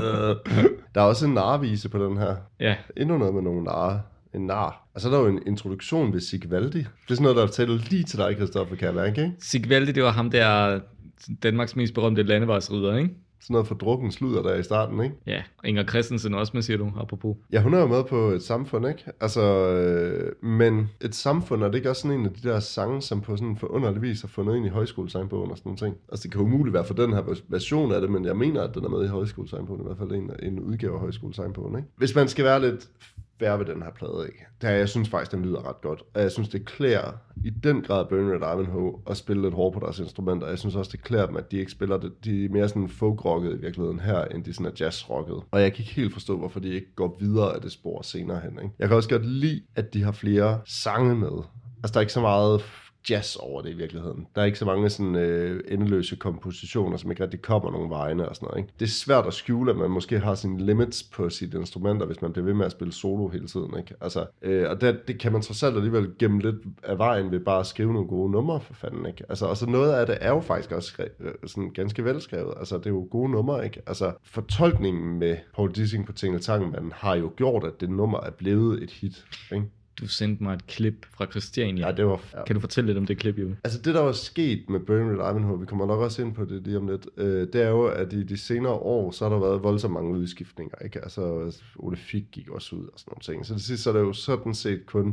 Der er også en narvise på den her. Ja. Endnu noget med nogle narer. En nar. Og så er der jo en introduktion ved Sigvaldi. Det er sådan noget, der taler lige til dig, Christoffer, kan jeg mærke, ikke? Sigvaldi, det var ham der, Danmarks mest berømte landevejsrider, ikke? Sådan noget for drukken sluder der i starten, ikke? Ja, Inger Christensen også, man siger du, apropos. Ja, hun er jo med på Et Samfund, ikke? Altså, men Et Samfund, er det ikke også sådan en af de der sange, som på sådan en forunderlig vis har fundet ind i højskolesangbogen og sådan nogle ting? Altså, det kan umuligt være for den her version af det, men jeg mener, at den er med i højskolesangbogen, i hvert fald en udgave af højskolesangbogen, ikke? Hvis man skal være lidt fair ved den her plade, ikke? Jeg synes faktisk, den lyder ret godt. Og jeg synes, det klæder i den grad Burning Ivanhoe at spille lidt hårdt på deres instrumenter. Jeg synes også, det klæder dem, at de ikke spiller det. De er mere sådan folk-rocket i virkeligheden her, end de sådan er jazz-rocket. Og jeg kan ikke helt forstå, hvorfor de ikke går videre af det spor senere hen, ikke? Jeg kan også godt lide, at de har flere sange med. Altså, der er ikke så meget jazz over det i virkeligheden. Der er ikke så mange sådan endeløse kompositioner, som ikke rigtig kommer nogen vegne og sådan noget, ikke? Det er svært at skjule, at man måske har sine limits på sit instrumenter, hvis man bliver ved med at spille solo hele tiden, ikke? Altså, og det kan man trods alt alligevel gemme lidt af vejen ved bare at skrive nogle gode numre, for fanden, ikke? Altså, og så noget af det er jo faktisk også sådan ganske velskrevet. Altså, det er jo gode numre, ikke? Altså, fortolkningen med Paul Dissing på Tingeltangelmanden har jo gjort, at det nummer er blevet et hit, ikke? Du sendte mig et klip fra Christiania. Ja, det var... Ja. Kan du fortælle lidt om det klip, jo? Altså det, der var sket med Burning Ivanhoe, vi kommer nok også ind på det lige om lidt, det er jo, at i de senere år, så har der været voldsomt mange udskiftninger, ikke? Altså Ole Fick gik også ud og sådan nogle ting. Så det sidste, så er det jo sådan set kun,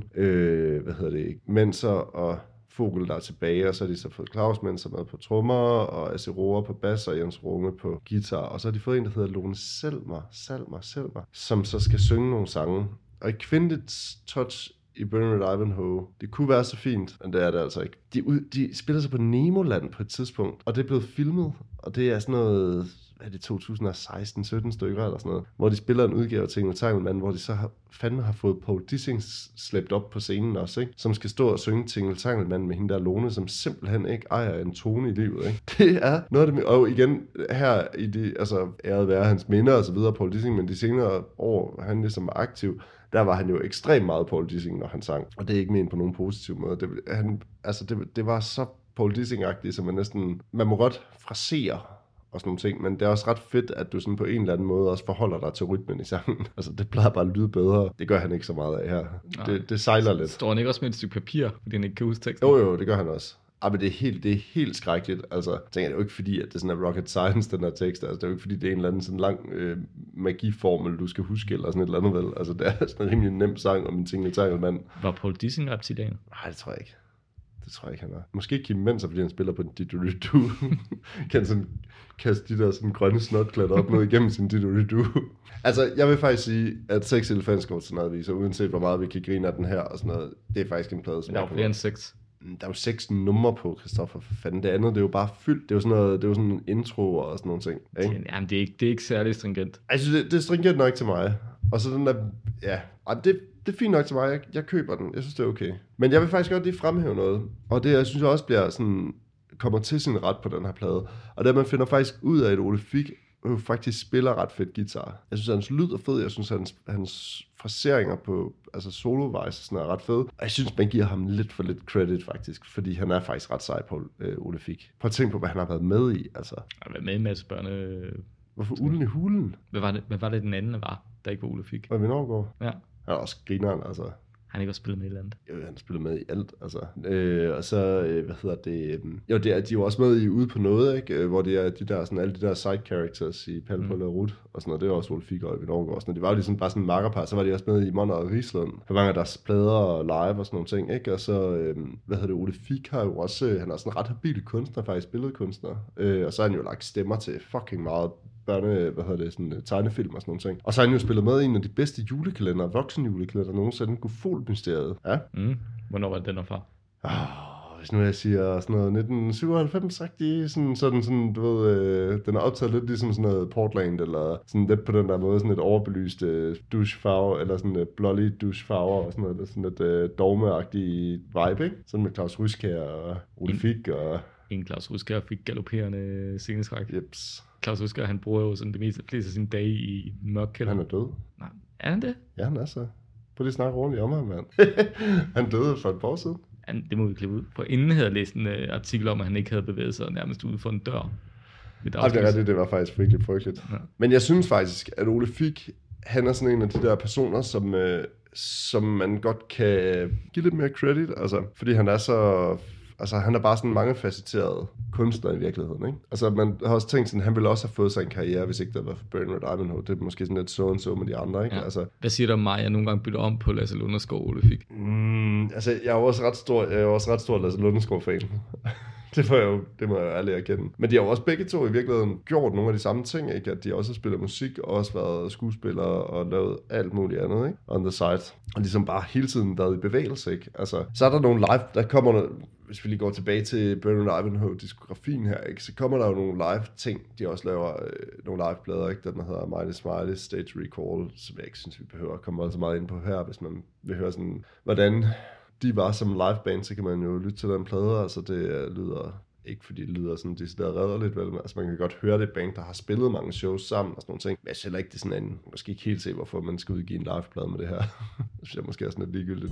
Menser og Vogel, der er tilbage, og så har de så fået Claus Menser med på trommer, og Asse Roar på bas, og Jens Runge på guitar, og så har de fået en, der hedder Lone Salmer, som så skal synge nogle sange. Og et kvindeligt touch i Burning Ivanhoe, det kunne være så fint, men det er det altså ikke. De spiller sig på Nemoland på et tidspunkt, og det er blevet filmet, og det er sådan noget, hvad er det, 2016-17 stykker eller sådan noget, hvor de spiller en udgave af Tingeltangelmanden, hvor de så fandme har fået Paul Dissing slæbt op på scenen også, ikke? Som skal stå og synge Tingeltangelmanden med hende der Lone, som simpelthen ikke ejer en tone i livet, ikke? Det er noget af det, og igen, her i de, altså æret være hans minder og så videre, Paul Dissing, men de senere år, han ligesom var aktiv, der var han jo ekstremt meget Paul Dissing, når han sang, og det er ikke ment på nogen positiv måde. Det var så Paul Dissing-agtige, som er næsten, man må godt frasere og sådan nogle ting, men det er også ret fedt, at du sådan på en eller anden måde også forholder dig til rytmen i sangen. Altså, det plejer bare at lyde bedre. Det gør han ikke så meget af her. Det sejler lidt. Står han ikke også med et stykke papir, fordi han ikke kan huske teksten? Jo, det gør han også. Men det er helt skrækkeligt. Altså, jeg tænker, det er jo ikke fordi, at det sådan er rocket science, den her tekst. Altså, det er jo ikke fordi, det er en eller anden sådan lang magiformel, du skal huske, eller sådan et eller andet vel. Altså, det er sådan en rimelig nem sang om en tingle mand. Var Paul Dissing reptilian? Nej, det tror jeg ikke. Det tror jeg ikke, han er. Måske Kim Menser, fordi han spiller på en didgeridoo. Kan sådan kaste de der sådan grønne snotklatter op ned igennem sin didgeridoo. Altså, jeg vil faktisk sige, at 6 elefantskort-scenariet, uanset hvor meget vi kan grine af den her og sådan noget, det er faktisk en plade, som der er flere end 6. Der er jo 6 numre på, Christoffer, for fanden. Det andet, det er jo bare fyldt. Det er jo sådan noget, det er jo sådan en intro og sådan nogle ting. Ikke? Jamen, det er ikke særlig stringent. Altså, det er stringent nok til mig. Og så den der, ja, det er fint nok til mig. Jeg køber den. Jeg synes, det er okay. Men jeg vil faktisk godt lige fremhæve noget. Og det, jeg synes også bliver sådan, kommer til sin ret på den her plade. Og det, man finder faktisk ud af, at Ole Fick faktisk spiller ret fedt guitar. Jeg synes, hans lyd er fed. Jeg synes, hans fraseringer på altså solo-wise sådan er ret fed. Og jeg synes, man giver ham lidt for lidt credit faktisk, fordi han er faktisk ret sej på Ole Fick. Prøv at tænke på, hvad han har været med i. Altså. Han har været med i en masse børne... Hvorfor Ulden i hulen? Hvad var det den anden var, der ikke var Ole Fick? Hvad vi når går? Ja. Han er også grineren, altså. Han ikke også spillet med i et eller andet? Jo, han har spillet med i alt, altså. Og så, hvad hedder det? Jo, de er jo også med i Ude på noget, ikke? Hvor de er de der, sådan, alle de der side characters i Palle Polle og Ruth, og sådan noget. Det er også Ole Fick og Øjvind Overgaard. Sådan, de var jo ligesom bare sådan en makkerpar. Så var de også med i Monner og Rislund. For mange af deres plader og live og sådan nogle ting, ikke? Og så, hvad hedder det? Ole Fick har jo også, han er sådan en ret habil kunstner, faktisk billedkunstner. Og så har han jo lagt stemmer til fucking meget sådan tegnefilm og sådan nogle ting. Og så har han jo spillet med i en af de bedste julekalender, voksenjulekalender nogensinde, Gufol-mysteriet. Ja. Hvornår var det den fra? Hvis nu jeg siger sådan noget 1997-agtigt, sådan, du ved, den er optaget lidt ligesom sådan noget Portland, eller sådan lidt på den der måde, sådan et overbelyst douchefarve, eller sådan et blålig douchefarve, og sådan noget, sådan et dogmeagtigt vibe, ikke? Sådan med Claus Ryskjær og Ole Fick og... En Claus Ryskjær fik galopperende sceneskræk. Jeps. Flemming Ryskjær, han bruger jo sådan det fleste af sine dage i mørkkælder. Han er død. Nej, er han det? Ja, han er så. Prøv lige at snakke ordentligt om ham, mand. Han døde for et par år siden. Det må vi klippe ud. For inden havde jeg læst en artikel om, at han ikke havde bevæget sig nærmest ude for en dør. Det er rigtigt, det var faktisk virkelig frygteligt. Ja. Men jeg synes faktisk, at Ole Fick, han er sådan en af de der personer, som man godt kan give lidt mere credit. Altså, fordi han er så... Altså, han er bare sådan en mangefacetteret kunstner i virkeligheden, ikke? Altså, man har også tænkt sådan, han ville også have fået sig en karriere, hvis ikke det var for Bernard Ivanhoe. Det er måske sådan lidt så med de andre, ikke? Ja. Altså, hvad siger du om mig, jeg nogle gange bytter om på Lasse Lunderskov og Ole Fick? Altså, jeg er også ret stor Lasse Lunderskov-fan. Det må jeg jo ærligt erkende. Men de har jo også begge to i virkeligheden gjort nogle af de samme ting, ikke? At de også har spillet musik, og også været skuespillere og lavet alt muligt andet, ikke? On the side. Og ligesom bare hele tiden været i bevægelse, ikke? Altså, så er der nogle live, der kommer hvis vi lige går tilbage til Bernard Ivanhoe-diskografien her, ikke? Så kommer der jo nogle live ting. De også laver nogle live plader, ikke? Den hedder Mighty Smiley Stage Recall, som jeg ikke synes, vi behøver at komme så meget ind på her, hvis man vil høre sådan, hvordan de var som liveband, så kan man jo lytte til den plade. Altså det lyder ikke, fordi det lyder sådan decideret redderligt, vel? Altså man kan godt høre det band, der har spillet mange shows sammen og sådan nogle ting. Men jeg synes heller ikke, det er sådan en, måske ikke helt se, hvorfor man skal udgive en liveplade med det her. Det synes jeg måske er sådan lidt ligegyldigt.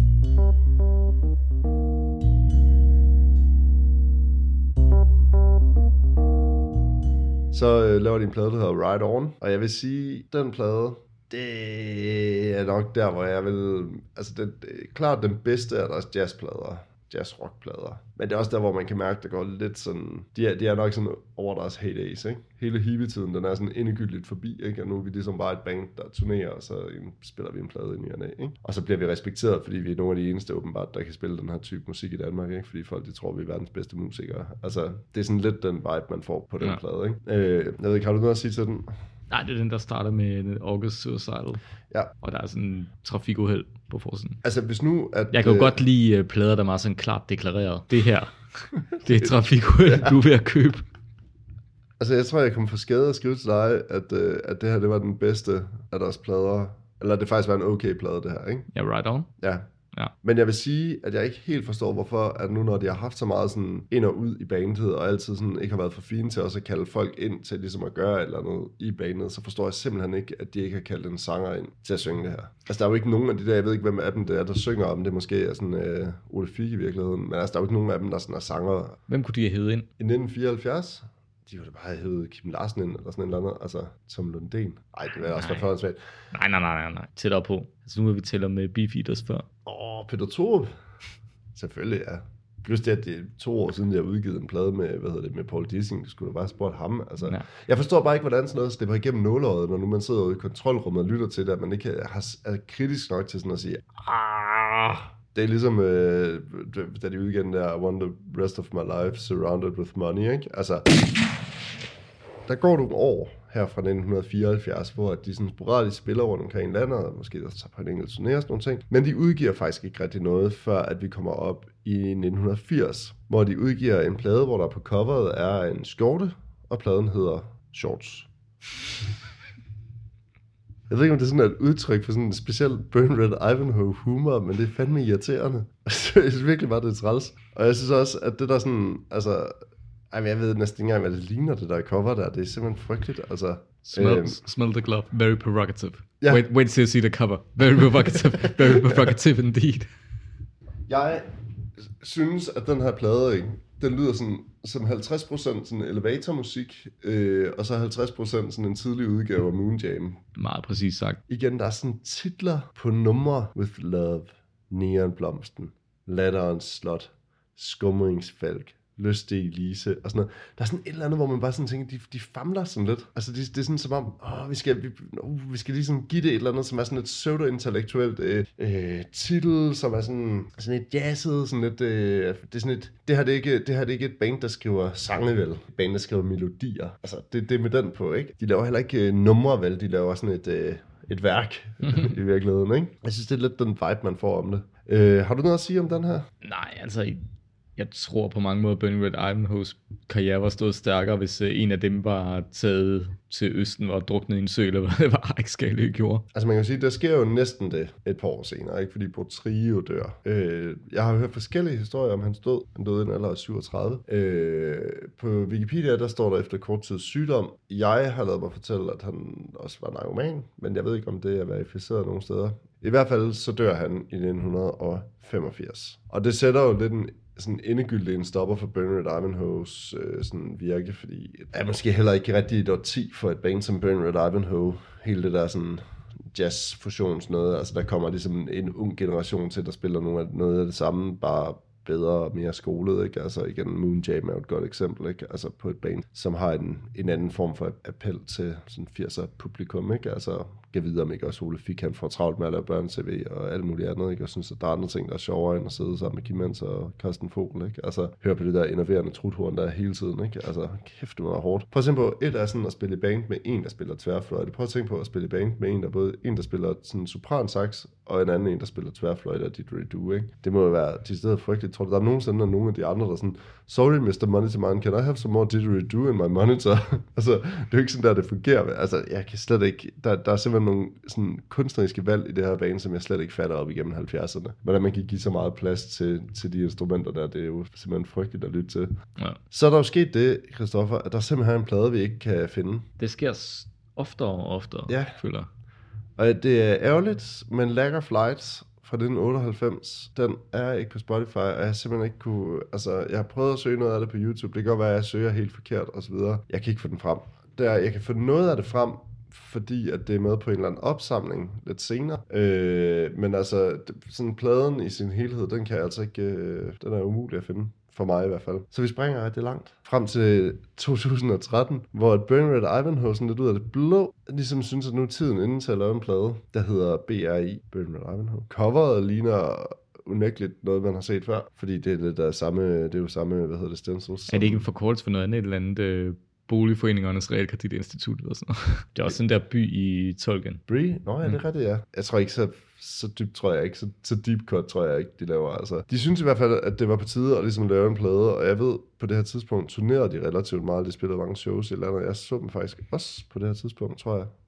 Så laver de en plade, der hedder Ride On. Og jeg vil sige, den plade, det er nok der, hvor jeg vil... Altså, det er klart den bedste af deres jazzplader. Jazz-rockplader. Men det er også der, hvor man kan mærke, der går lidt sådan... De er nok sådan over deres heydays, ikke? Hele hippie-tiden, den er sådan endegyldigt forbi, ikke? Og nu er vi ligesom bare et band, der turnerer, og så spiller vi en plade i ny og næ, ikke? Og så bliver vi respekteret, fordi vi er nogle af de eneste åbenbart, der kan spille den her type musik i Danmark, ikke? Fordi folk, de tror, vi er verdens bedste musikere. Altså, det er sådan lidt den vibe, man får på den plade, ikke? Jeg ved ikke, har du noget at sige til den? Nej, det er den, der starter med August Suicidal. Ja. Og der er sådan en trafikuheld på forsiden. Altså, hvis nu... Jeg kan jo godt lide plader, der er meget sådan klart deklareret. Det her, det er trafikuheld, du er ved at købe. Altså, jeg tror, jeg kommer for skade at skrive til dig, at det her, det var den bedste af deres plader. Eller det faktisk var en okay plade, det her, ikke? Ja, Right On. Ja. Ja. Men jeg vil sige, at jeg ikke helt forstår, hvorfor at nu, når de har haft så meget sådan ind og ud i bandet, og altid sådan ikke har været for fine til også at kalde folk ind til ligesom at gøre et eller andet i bandet, så forstår jeg simpelthen ikke, at de ikke har kaldt en sanger ind til at synge det her. Altså, der er jo ikke nogen af de der, jeg ved ikke, hvem af dem det er, der synger om det. Måske er sådan Ole Fik i virkeligheden. Men altså, der er jo ikke nogen af dem, der sådan er sanger. Hvem kunne de have hævet ind? I 1974? De kunne da bare have hævet Kim Larsen ind, eller sådan et eller andet. Altså, Tom Lundén. Nej, det var også være forhåndsvagt. Nej. Tættere på. Altså, nu har vi talt om Beefeaters før. Peter Thorup. Selvfølgelig, ja. Plus det, at det er 2 år siden, jeg har udgivet en plade med, med Paul Dissing. Det skulle da bare spurgt ham. Altså, ja. Jeg forstår bare ikke, hvordan sådan noget slipper igennem nåleøjet, når nu man sidder ude i kontrolrummet og lytter til det, at man ikke er kritisk nok til sådan at sige, det er ligesom, da de udgav den der I want the rest of my life surrounded with money, ikke? Altså, der går nogle år her fra 1974, hvor de sådan sporadisk spiller rundt omkring landet, og måske der tager på en enkelt turné og sådan nogle ting. Men de udgiver faktisk ikke rigtig noget, før at vi kommer op i 1980, hvor de udgiver en plade, hvor der på coveret er en skjorte, og pladen hedder Shorts. Jeg ved ikke, om det er sådan et udtryk for sådan en speciel Burn Red Ivanhoe humor, men det er fandme irriterende. Jeg synes virkelig bare, det er træls. Og jeg synes også, at det der sådan, altså, jeg ved næsten ikke engang, hvad det ligner, det der cover der. Det er simpelthen frygteligt, altså. Smell the glove, very provocative. Yeah. Wait till you see the cover. Very provocative indeed. Jeg synes, at den her plade, ikke, den lyder sådan, som 50% sådan elevatormusik, og så 50% sådan en tidlig udgave af Moonjam. Meget præcis sagt. Igen, der er sådan titler på numre: With Love, Neonblomsten, Latterens Slot, Skumringsfalk, Lystig Lise og sådan noget. Der er sådan et eller andet, hvor man bare sådan tænker, de famler sådan lidt. Altså det er sådan som om, vi skal ligesom give det et eller andet, som er sådan et pseudo-intellektuelt titel, som er sådan et jazzet, sådan lidt, det er sådan et, det her er ikke et band, der skriver sange, vel. Et band, der skriver melodier. Altså det er med den på, ikke? De laver heller ikke numre, vel. De laver sådan et værk i virkeligheden, ikke? Jeg synes, det er lidt den vibe, man får om det. Har du noget at sige om den her? Nej, altså jeg tror på mange måder, Burning Red Ivanhoes karriere var stået stærkere, hvis en af dem var taget til Østen og druknet i en sø, eller hvad det var, ikke Skalø gjorde. Altså man kan sige, der sker jo næsten det et par år senere, ikke? Fordi Botrio dør. Jeg har hørt forskellige historier om hans død. Han døde i en alder af 37. På Wikipedia, der står der efter kort tids sygdom. Jeg har lavet mig fortælle, at han også var narkoman, men jeg ved ikke, om det er verificeret nogen steder. I hvert fald så dør han i 1985. Og det sætter jo lidt sådan endegyldigt en stopper for Burn Red Ivanhoes sådan virke, fordi det er måske heller ikke rigtig et årti for et band som Burn Red Ivanhoe. Hele det der sådan jazz-fusions noget, altså der kommer ligesom en ung generation til, der spiller noget af det samme, bare bedre og mere skolet, ikke? Altså igen, Moonjam er jo et godt eksempel, ikke? Altså på et band, som har en anden form for appel til sådan 80'er publikum, ikke? Altså, jeg ved om ikke også Ole Fik, han får travlt med at lave børne-tv og alt muligt andet, ikke? Og synes, at der er andre ting, der er sjovere end at sidde sammen med Kim Mans og Carsten Vogel, ikke? Altså, høre på det der innoverende truthorn, der er hele tiden, ikke? Altså, kæft, det var hårdt. Prøv at tænke på, et er sådan at spille i band med en, der spiller tværfløjte. Prøv at tænke på at spille i band med en, der spiller sådan sopran-sax, og en anden, der spiller tværfløjte og didgeridoo, ikke? Det må jo være de steder frygteligt. Tror du, der er nogensinde nogle af de andre, der sådan, sorry Mr. Monitor Man, can I have some more didgeridoo in my monitor? Altså, det er jo ikke sådan, der det fungerer. Altså, jeg kan slet ikke, der er simpelthen nogle sådan kunstneriske valg i det her bane, som jeg slet ikke fatter op igennem 70'erne. Hvordan man kan give så meget plads til de instrumenter der, det er jo simpelthen frygteligt at lytte til. Ja. Så er der jo sket det, Christoffer, at der simpelthen er en plade, vi ikke kan finde. Det sker oftere, ja. Føler jeg. Og det er ærgerligt, men Lack of Light fra 1998, den er ikke på Spotify, og jeg simpelthen ikke kunne, altså jeg har prøvet at søge noget af det på YouTube, det kan godt være, at jeg søger helt forkert og så videre. Jeg kan ikke få den frem. Jeg kan få noget af det frem, fordi at det er med på en eller anden opsamling lidt senere. Men altså, sådan pladen i sin helhed, den kan jeg altså ikke, den er umulig at finde. For mig i hvert fald. Så vi springer rigtig langt. Frem til 2013, hvor et Burn Red Ivanhoe sådan lidt ud af det blå, ligesom synes, at nu er tiden inden til at lave en plade, der hedder BRI, Burn Red Ivanhoe. Coveret ligner unægteligt noget, man har set før, fordi det er det der samme, det er jo samme, stencils. Er det ikke en forkortelse for noget andet, et eller andet boligforeningernes realkreditinstitut eller sådan noget? Det er også den der by i Tolkien. Brie? Nå ja, det er rigtigt, ja. Jeg tror ikke så dybt, tror jeg ikke. Så deep cut, tror jeg ikke, de laver. Altså. De synes i hvert fald, at det var på tide at ligesom lave en plade, og jeg ved, på det her tidspunkt turnerede de relativt meget. De spillede mange shows i landet. Jeg så dem faktisk også på det her tidspunkt, tror jeg.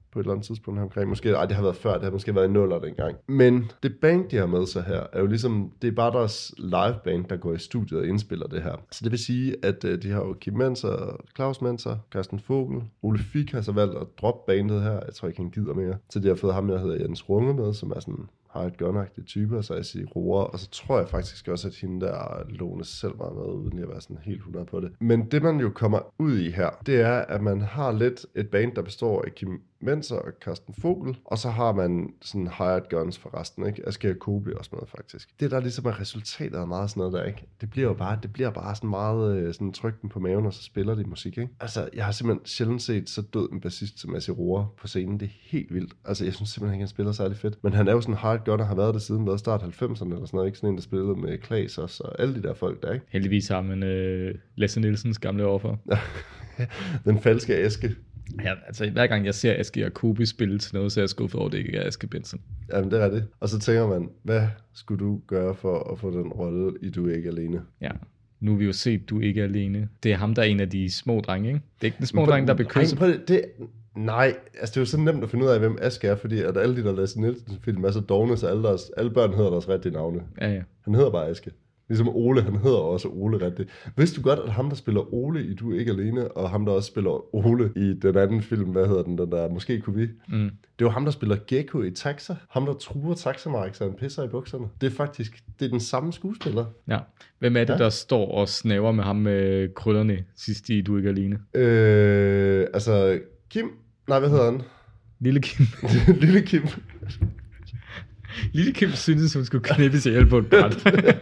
på et eller andet tidspunkt her omkring. Måske, det har været før, det har måske været i 0'erne dengang. Men det band, de har med sig her, er jo ligesom, det er bare deres liveband, der går i studiet og indspiller det her. Så det vil sige, at de har jo Kim Menser, Claus Menser, Carsten Vogel, Ole Fick har så valgt at droppe bandet her. Jeg tror ikke, han gider mere. Så de har fået ham, der hedder Jens Runge med, som er sådan har et gørnagtigt type, og så jeg siger roer, og så tror jeg faktisk også, at hende der Lone selv var med, uden lige at være sådan helt 100 på det. Men det man jo kommer ud i her, det er, at man har lidt et band, der består af Kim Menser og Carsten Vogel, og så har man sådan hired guns for resten, ikke? Asger Jacobi også med, faktisk. Det der ligesom er resultatet af meget sådan noget der, ikke? Det bliver bare sådan meget sådan trykten på maven, og så spiller de musik, ikke? Altså, jeg har simpelthen sjældent set så død en bassist som Asger Roer på scenen. Det er helt vildt. Altså, jeg synes simpelthen ikke, han spiller særlig fedt. Men han er jo sådan hired gun, og har været det siden start 90'erne eller sådan noget, ikke? Sådan en, der spillede med Klaas også, og alle de der folk der, ikke? Heldigvis har man Lasse Nielsens gamle offer. Den falske Aske. Ja, altså hver gang jeg ser Asger Jacobi spille til noget, så er jeg skuffet over, det ikke er Aske Benson. Jamen, det er det. Og så tænker man, hvad skulle du gøre for at få den rolle i Du er ikke alene? Ja, nu har vi jo set, Du er ikke alene. Det er ham, der er en af de små drenge, ikke? Det er ikke den små drenge, der bekysser. Nej, altså det er jo så nemt at finde ud af, hvem Asger er, fordi at alle de der Lasse Nielsen film er så dogne, så alle børn hedder deres rigtige navne. Ja. Han hedder bare Asger. Ligesom Ole, han hedder også Ole rigtigt. Vidste du godt, at ham, der spiller Ole i Du er ikke alene, og ham, der også spiller Ole i den anden film, hvad hedder den der Måske kunne vi? Det var ham, der spiller Gekko i Taxa. Ham, der truer Taxamark, så han pisser i bukserne. Det er den samme skuespiller. Ja. Hvem er det, der står og snaver med ham med krøllerne sidst i Du er ikke alene? Altså, Kim? Nej, hvad hedder han? Lille Kim. Lille Kim. Lille Kim syntes, hun skulle knippes ihjel på et bræt.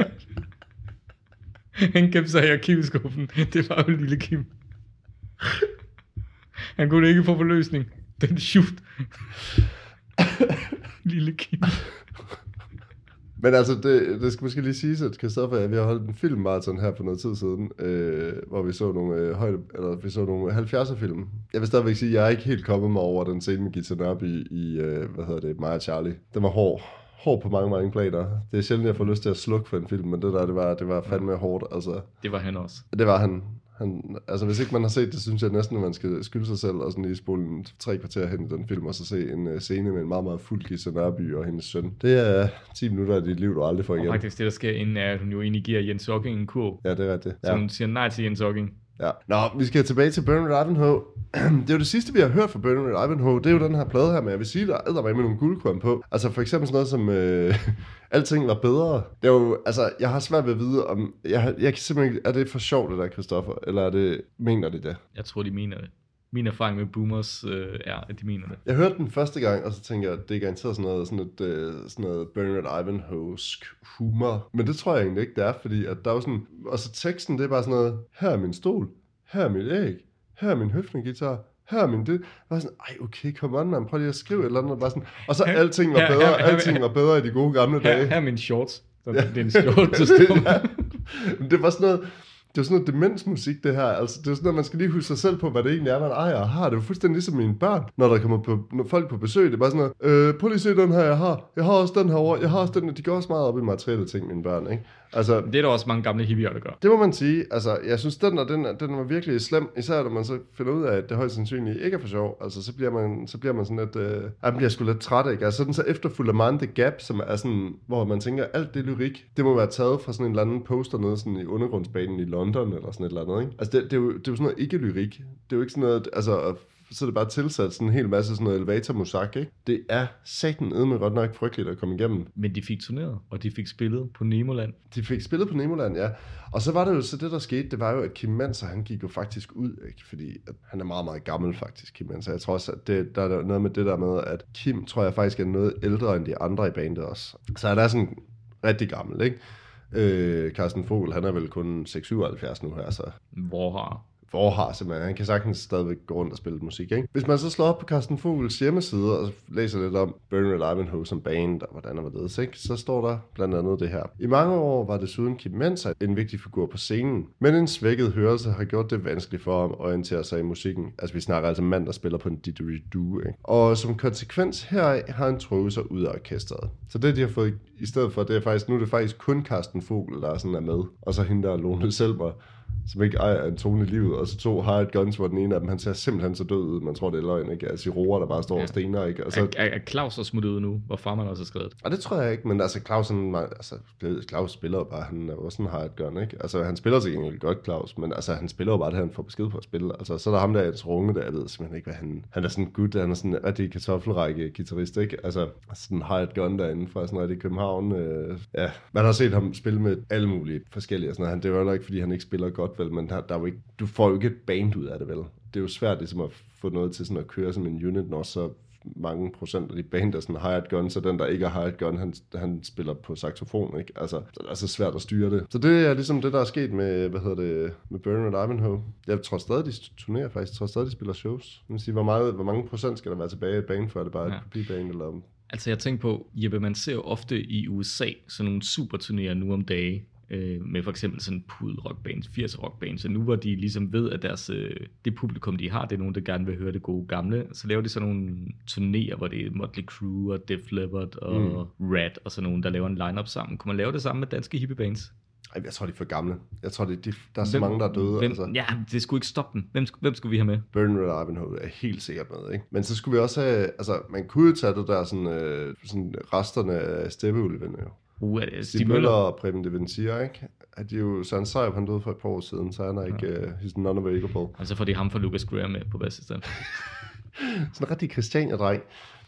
Han gemte sig i arkivskuffen. Det var jo Lille Kim. Han kunne ikke få forløsning. Den shoot. Lille Kim. Men altså, det skal måske lige siges, at Christoffer og jeg, vi har holdt en filmmarathon her for noget tid siden, hvor vi så nogle 70'er film. Jeg vil stadigvæk sige, at jeg er ikke helt kommet mig over den scene med Gita Nørby i, Mig og Charlie. Den var hård på mange planer. Det er sjældent, jeg får lyst til at slukke for en film, men det var fandme hårdt. Altså, det var han også. Det var han. Altså hvis ikke man har set det, synes jeg næsten, at man skal skylde sig selv og sådan lige spole 3 kvarter hen i den film, og så se en scene med en meget fuld Gita Nørby og hendes søn. Det er 10 minutter af dit liv, du aldrig får igen. Og faktisk det, der sker inden, er, at hun jo egentlig giver Jens Ocking en kurv. Ja, det er rigtigt. Så hun siger nej til Jens Ocking. Ja. Nå, vi skal tilbage til Burning Red Ivanhoe. Det er jo det sidste, vi har hørt fra Burning Red Ivanhoe. Det er jo den her plade her, men jeg vil sige, der er med nogle guldkorn på. Altså for eksempel sådan noget som alting var bedre. Det er jo, altså, jeg har svært ved at vide, om jeg kan simpelthen ikke, er det for sjovt det der, Christoffer, eller mener de det? Jeg tror, de mener det. Min erfaring med boomers er, at de mener det. Jeg hørte den første gang, og så tænker jeg, at det er garanteret sådan noget Burning Red Ivanhoe'sk humor. Men det tror jeg egentlig ikke, det er, fordi at der er jo sådan, og så teksten, det er bare sådan noget, her er min stol, her er mit æg, her er min høflingeguitar, her er min det. Var sådan, okay, come on, man, prøv lige at skrive et eller andet, bare sådan. Og så alting var bedre, alting var bedre i de gode gamle dage. Her er min shorts. Det er en shorts, der står. Det var sådan noget. Det er sådan noget demensmusik, det her. Altså, det er sådan noget, man skal lige huske sig selv på, hvad det egentlig er, man ejer og har. Det er jo fuldstændig ligesom mine børn, når der kommer folk på besøg. Det er bare sådan noget, prøv lige at se den her, jeg har. Jeg har også den her over. Jeg har også den, de går også meget op i materielle ting, mine børn, ikke? Altså, det er der også mange gamle hippier, der gør. Det må man sige. Altså, jeg synes, den var virkelig slem. Især når man så finder ud af, at det højst sandsynligt ikke er for sjov. Altså, så bliver man sådan lidt... man bliver sgu lidt træt, ikke? Altså, sådan så efterfulgt af Mind the Gap, som er sådan... Hvor man tænker, alt det lyrik, det må være taget fra sådan en eller anden poster nede sådan i undergrundsbanen i London, eller sådan et eller andet, ikke? Altså, det er jo sådan noget ikke-lyrik. Det er jo ikke sådan noget... Altså, så er det bare tilsat sådan en hel masse sådan noget elevatormusik, ikke? Det er satan edme godt nok frygteligt at komme igennem. Men de fik turneret, og de fik spillet på Nemoland. De fik spillet på Nemoland, ja. Og så var det jo så det, der skete, det var jo, at Kim Menser, han gik jo faktisk ud, ikke? Fordi at han er meget, meget gammel faktisk, Kim Menser. Jeg tror også, at der er noget med det der med, at Kim, tror jeg faktisk er noget ældre end de andre i bandet også. Så han er sådan rigtig gammel, ikke? Carsten Vogel, han er vel kun 6-77 nu her, så... Vorhar simpelthen. Han kan sagtens stadigvæk gå rundt og spille musik, ikke? Hvis man så slår op på Carsten Vogels hjemmeside og læser lidt om Burning Red Ivanhoe som band og hvordan og hvorledes, ikke? Så står der blandt andet det her. I mange år var desuden Kim Menser en vigtig figur på scenen, men en svækket hørelse har gjort det vanskeligt for ham at orientere sig i musikken. Altså vi snakker altså mand, der spiller på en didgeridoo, ikke? Og som konsekvens heraf har han trukket sig ud af orkestret. Så det de har fået i stedet for, det er faktisk, nu er det faktisk kun Carsten Vogel, der sådan er med, og så hende der Lone Selmer. som ikke ejer en tone i livet, og så 2 hired guns, hvor den ene af dem, han ser simpelthen så død ud, man tror det er løgn, ikke? Altså roer, der bare står og stener, ikke? Altså, er Claus så smuttet ud nu, hvor farmand også har skrevet? Og det tror jeg ikke, men altså Claus spiller jo bare, han er jo også en hired gun, ikke? Altså han spiller til gengæld godt, Claus, men altså han spiller jo bare det, han får besked på at spille. Altså så er der ham der i et runge, der jeg ved simpelthen ikke, hvad han er sådan en gut, han er sådan en rigtig kartoffelrække guitarist, ikke? Altså sådan en hired gun derinde fra sådan rigtig København. Ja, man har set ham spille med alle mulige forskellige og sådan noget. Det er jo ikke, fordi han ikke spiller godt, vel, men der er jo ikke, du får jo ikke et band ud af det, vel? Det er jo svært ligesom at få noget til sådan at køre som en unit, når så mange procent af de band er sådan hired gun, så den der ikke er hired gun, han spiller på saxofon, ikke? Altså, så det er så svært at styre det. Så det er ligesom det, der er sket med, med Burning Red Ivanhoe. Jeg tror stadig, de turnerer faktisk. Jeg tror stadig, de spiller shows. Jeg vil sige, hvor mange procent skal der være tilbage i et band, før det bare er et kopiband, eller... Altså, jeg tænker på, Jeppe, man ser jo ofte i USA sådan nogle superturnéer nu om dage, med for eksempel sådan pud rockbands, 80 rockbands, så nu hvor de ligesom ved, at det publikum, de har, det er nogen, der gerne vil høre det gode gamle, så laver de sådan nogle turnéer, hvor det er Motley Crue og Def Leppard og Rat og sådan nogen, der laver en line-up sammen. Kunne man lave det sammen med danske hippiebands? Ej, jeg tror, de er for gamle. Jeg tror, der er så mange, der er døde. Altså. Ja, det skulle ikke stoppe dem. Hvem skulle vi have med? Burning Red Ivanhoe er helt sikkert med, ikke? Men så skulle vi også have... Altså, man kunne jo tage det der sådan resterne af Steppeulven, jo. Stig Møller og Preben de Ventia, ikke? At de jo, Søren Seip, han døde for et par år siden, så han er ikke... he's non-available. Og så får de ham for Lucas Graham med på bassisten. Sådan en rigtig Christiania-dreng.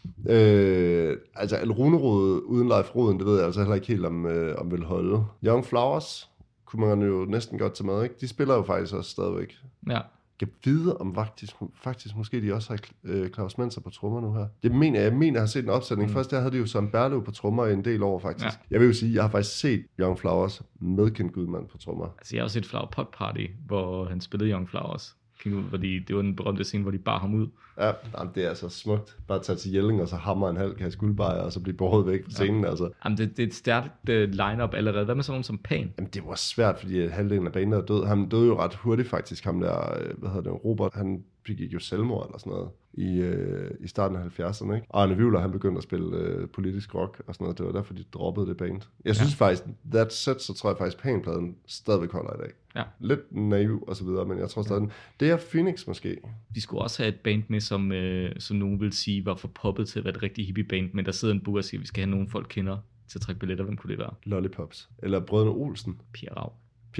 Altså, Runerod uden Leif Roden, det ved jeg altså heller ikke helt om vil holde. Young Flowers kunne man jo næsten godt tage med, ikke? De spiller jo faktisk også stadigvæk. Ja. Jeg vide om faktisk måske de også har Claus Menser på trommer nu her. Jeg mener, jeg har set en opsætning. Først der havde de jo Søren Berlev på trommer i en del år faktisk. Ja. Jeg vil jo sige, jeg har faktisk set Young Flowers med Kent Gudman på trommer. Altså jeg har også set Flower Pot Party, hvor han spillede Young Flowers. Fordi det var den berømte scene, hvor de bar ham ud. Ja, det er altså smukt. Bare tage til Jelling, og så hammer en halv kasse guldbajer, og så blive båret væk fra scenen. Altså. Jamen, det er et stærkt line-up allerede. Hvad med sådan nogen som Pan? Jamen, det var svært, fordi halvdelen af banen er død. Han døde jo ret hurtigt faktisk, ham der, Robert, han begik jo selvmord eller sådan noget i starten af 70'erne, ikke? Og Arne Wivler, han begyndte at spille politisk rock og sådan noget. Det var derfor, de droppede det band. Jeg synes faktisk, that set, så tror jeg faktisk, Pan-pladen stadigvæk holder i dag. Ja. Lidt naiv og så videre, men jeg tror stadig, det er Phoenix måske. De skulle også have et band med, som nogen vil sige, var for poppet til at være et rigtig hippie band, men der sidder en bog og siger, at vi skal have nogen folk kender til at trække billetter. Hvem kunne det være? Lollipops. Eller Brødrene Olsen. Pia Rav.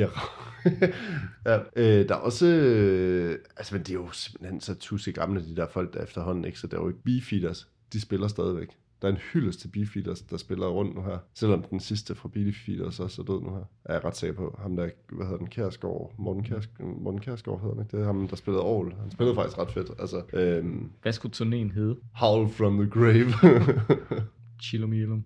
Ja, der er også altså, men det er jo simpelthen så tusse gamle, de der folk der efterhånden, ikke? Så der er jo ikke Beefeaters, de spiller stadigvæk. Der er en hyldest til Beefeaters, der spiller rundt nu her. Selvom den sidste fra Beefeaters også er død nu her. Er jeg ret sikker på. Ham der, hvad hedder den, Kjærsgaard? Morten Kjærsgaard hedder han, ikke? Det er ham, der spillede Aarhus. Han spillede faktisk ret fedt. Altså, hvad skulle turnéen hedde? Howl from the Grave. Chilomilum.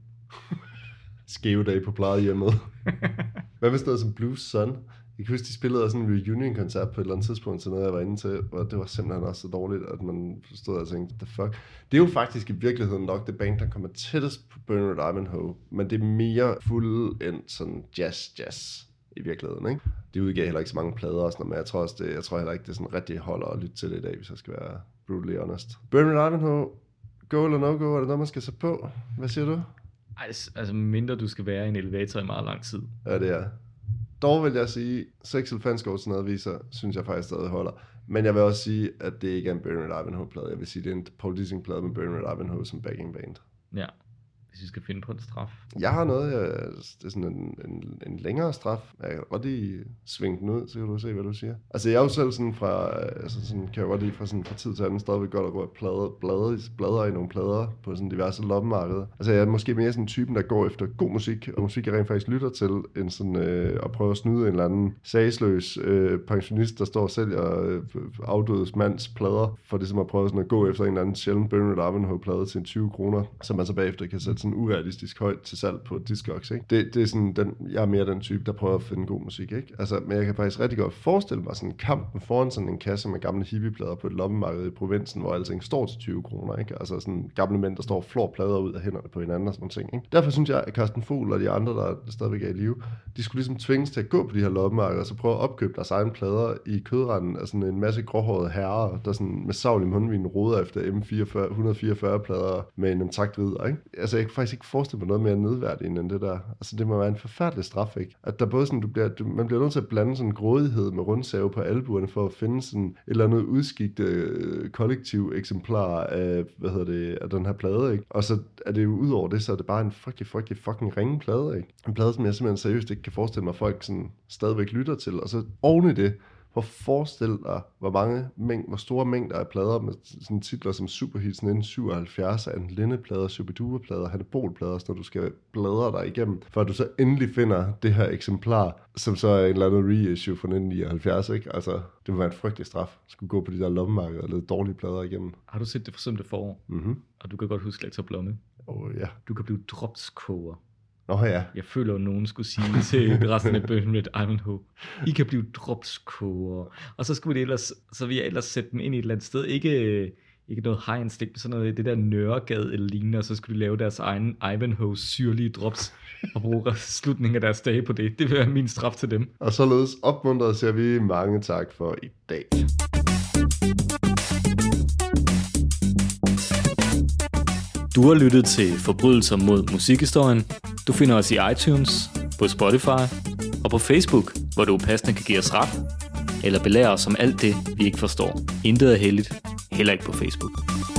Skæve dag på plejehjemmet. Hvad med stedet som Blues Sun? Jeg kan huske, de spillede sådan en reunion-koncert på et eller andet tidspunkt, til noget, jeg var inde til, og det var simpelthen også så dårligt, at man forstod og tænkte, the fuck. Det er jo faktisk i virkeligheden nok det band, der kommer tættest på Burning Red Ivanhoe, men det er mere fuldendt sådan jazz i virkeligheden, ikke? De udgav heller ikke så mange plader og sådan noget, men jeg tror heller ikke, det er sådan rigtig holder at lytte til det i dag, hvis jeg skal være brutally honest. Burning Red Ivanhoe, go eller no go, er det noget, man skal sætte på? Hvad siger du? Altså mindre du skal være i en elevator i meget lang tid. Ja, det er. Dog vil jeg sige, Sexel Fansgaards nadviser, synes jeg faktisk stadig holder. Men jeg vil også sige, at det ikke er en Burning Red Ivanhoe-plade. Jeg vil sige, det er en Paul Dissing-plade med Burning Red Ivanhoe som backing band. Ja, hvis vi skal finde på en straf. Jeg har noget, det er sådan en længere straf. Jeg kan godt lige svinge den ud, så kan du se, hvad du siger. Altså jeg er jo selv sådan kan jeg godt lige fra tid til anden stadigvæk godt at gå og bladre i nogle plader på sådan diverse loppemarkeder. Altså jeg er måske mere sådan en typen, der går efter god musik, og musik jeg rent faktisk lytter til, end sådan at prøve at snyde en eller anden sagsløs pensionist, der står og sælger afdødes mands plader, for det som at prøve sådan at gå efter en eller anden sjælden Burning Red Ivanhoe-plade til 20 kroner, som man så bagefter kan sætte sådan urealistisk højt til salg på Discogs, ikke? Det er sådan, jeg er mere den type, der prøver at finde god musik, ikke? Altså, men jeg kan faktisk rigtig godt forestille mig sådan en kamp foran sådan en kasse med gamle hippieplader på et loppemarked i provinsen, hvor alting står til 20 kroner, ikke? Altså sådan gamle mænd, der står og flår plader ud af hænderne på hinanden og sådan ting, ikke? Derfor synes jeg, at Carsten Fogel og de andre, der stadigvæk er i live, de skulle ligesom tvinges til at gå på de her loppemarkeder og så prøve at opkøbe deres egne plader i kødranden af sådan en masse gråhårede herrer, der sådan med savl i mundvinen roder efter M44 144 plader med en intakt ridder, ikke? Altså, jeg kan faktisk ikke forestille mig noget mere nedværdigende end det der. Altså det må være en forfærdelig straf, ikke? At der både sådan, man bliver nødt til at blande sådan en grådighed med rundsave på albuerne for at finde sådan et eller andet udskigte kollektiv eksemplar af, af den her plade, ikke? Og så er det jo udover det, så er det bare en frygtelig fucking ringe plade, ikke? En plade, som jeg simpelthen seriøst ikke kan forestille mig, folk sådan stadigvæk lytter til. Og så oven i det, forestil dig, hvor store mængder af plader med sådan titler som Superhits 1977, Anne Linnet-plader, Shubidua-plader, Hannibal-plader, når du skal bladre dig igennem, for du så endelig finder det her eksemplar, som så er en eller anden reissue fra 1979, ikke? Altså, det må være en frygtelig straf. Skulle gå på de der lommemarkeder og lede dårlige plader igennem. Har du set det forsømte forår? Mhm. Og du kan godt huske Lektor Blomme. Ja. Du kan blive dropskoger. Nå ja. Jeg føler, at nogen skulle sige til resten af bønnen med Ivanhoe. I kan blive dropskoger. Og så skulle vi ellers, så vil jeg ellers sætte dem ind i et eller andet sted. Ikke noget high-end-stik, men sådan noget, det der Nørregade eller lignende, og så skulle de lave deres egen Ivanhoe syrlige drops og bruge slutningen af deres dage på det. Det vil være min straf til dem. Og således opmuntret siger vi mange tak for i dag. Du har lyttet til Forbrydelser mod musikhistorien. Du finder os i iTunes, på Spotify og på Facebook, hvor du passende kan give os ret, eller belære os om alt det, vi ikke forstår. Intet er heldigt, heller ikke på Facebook.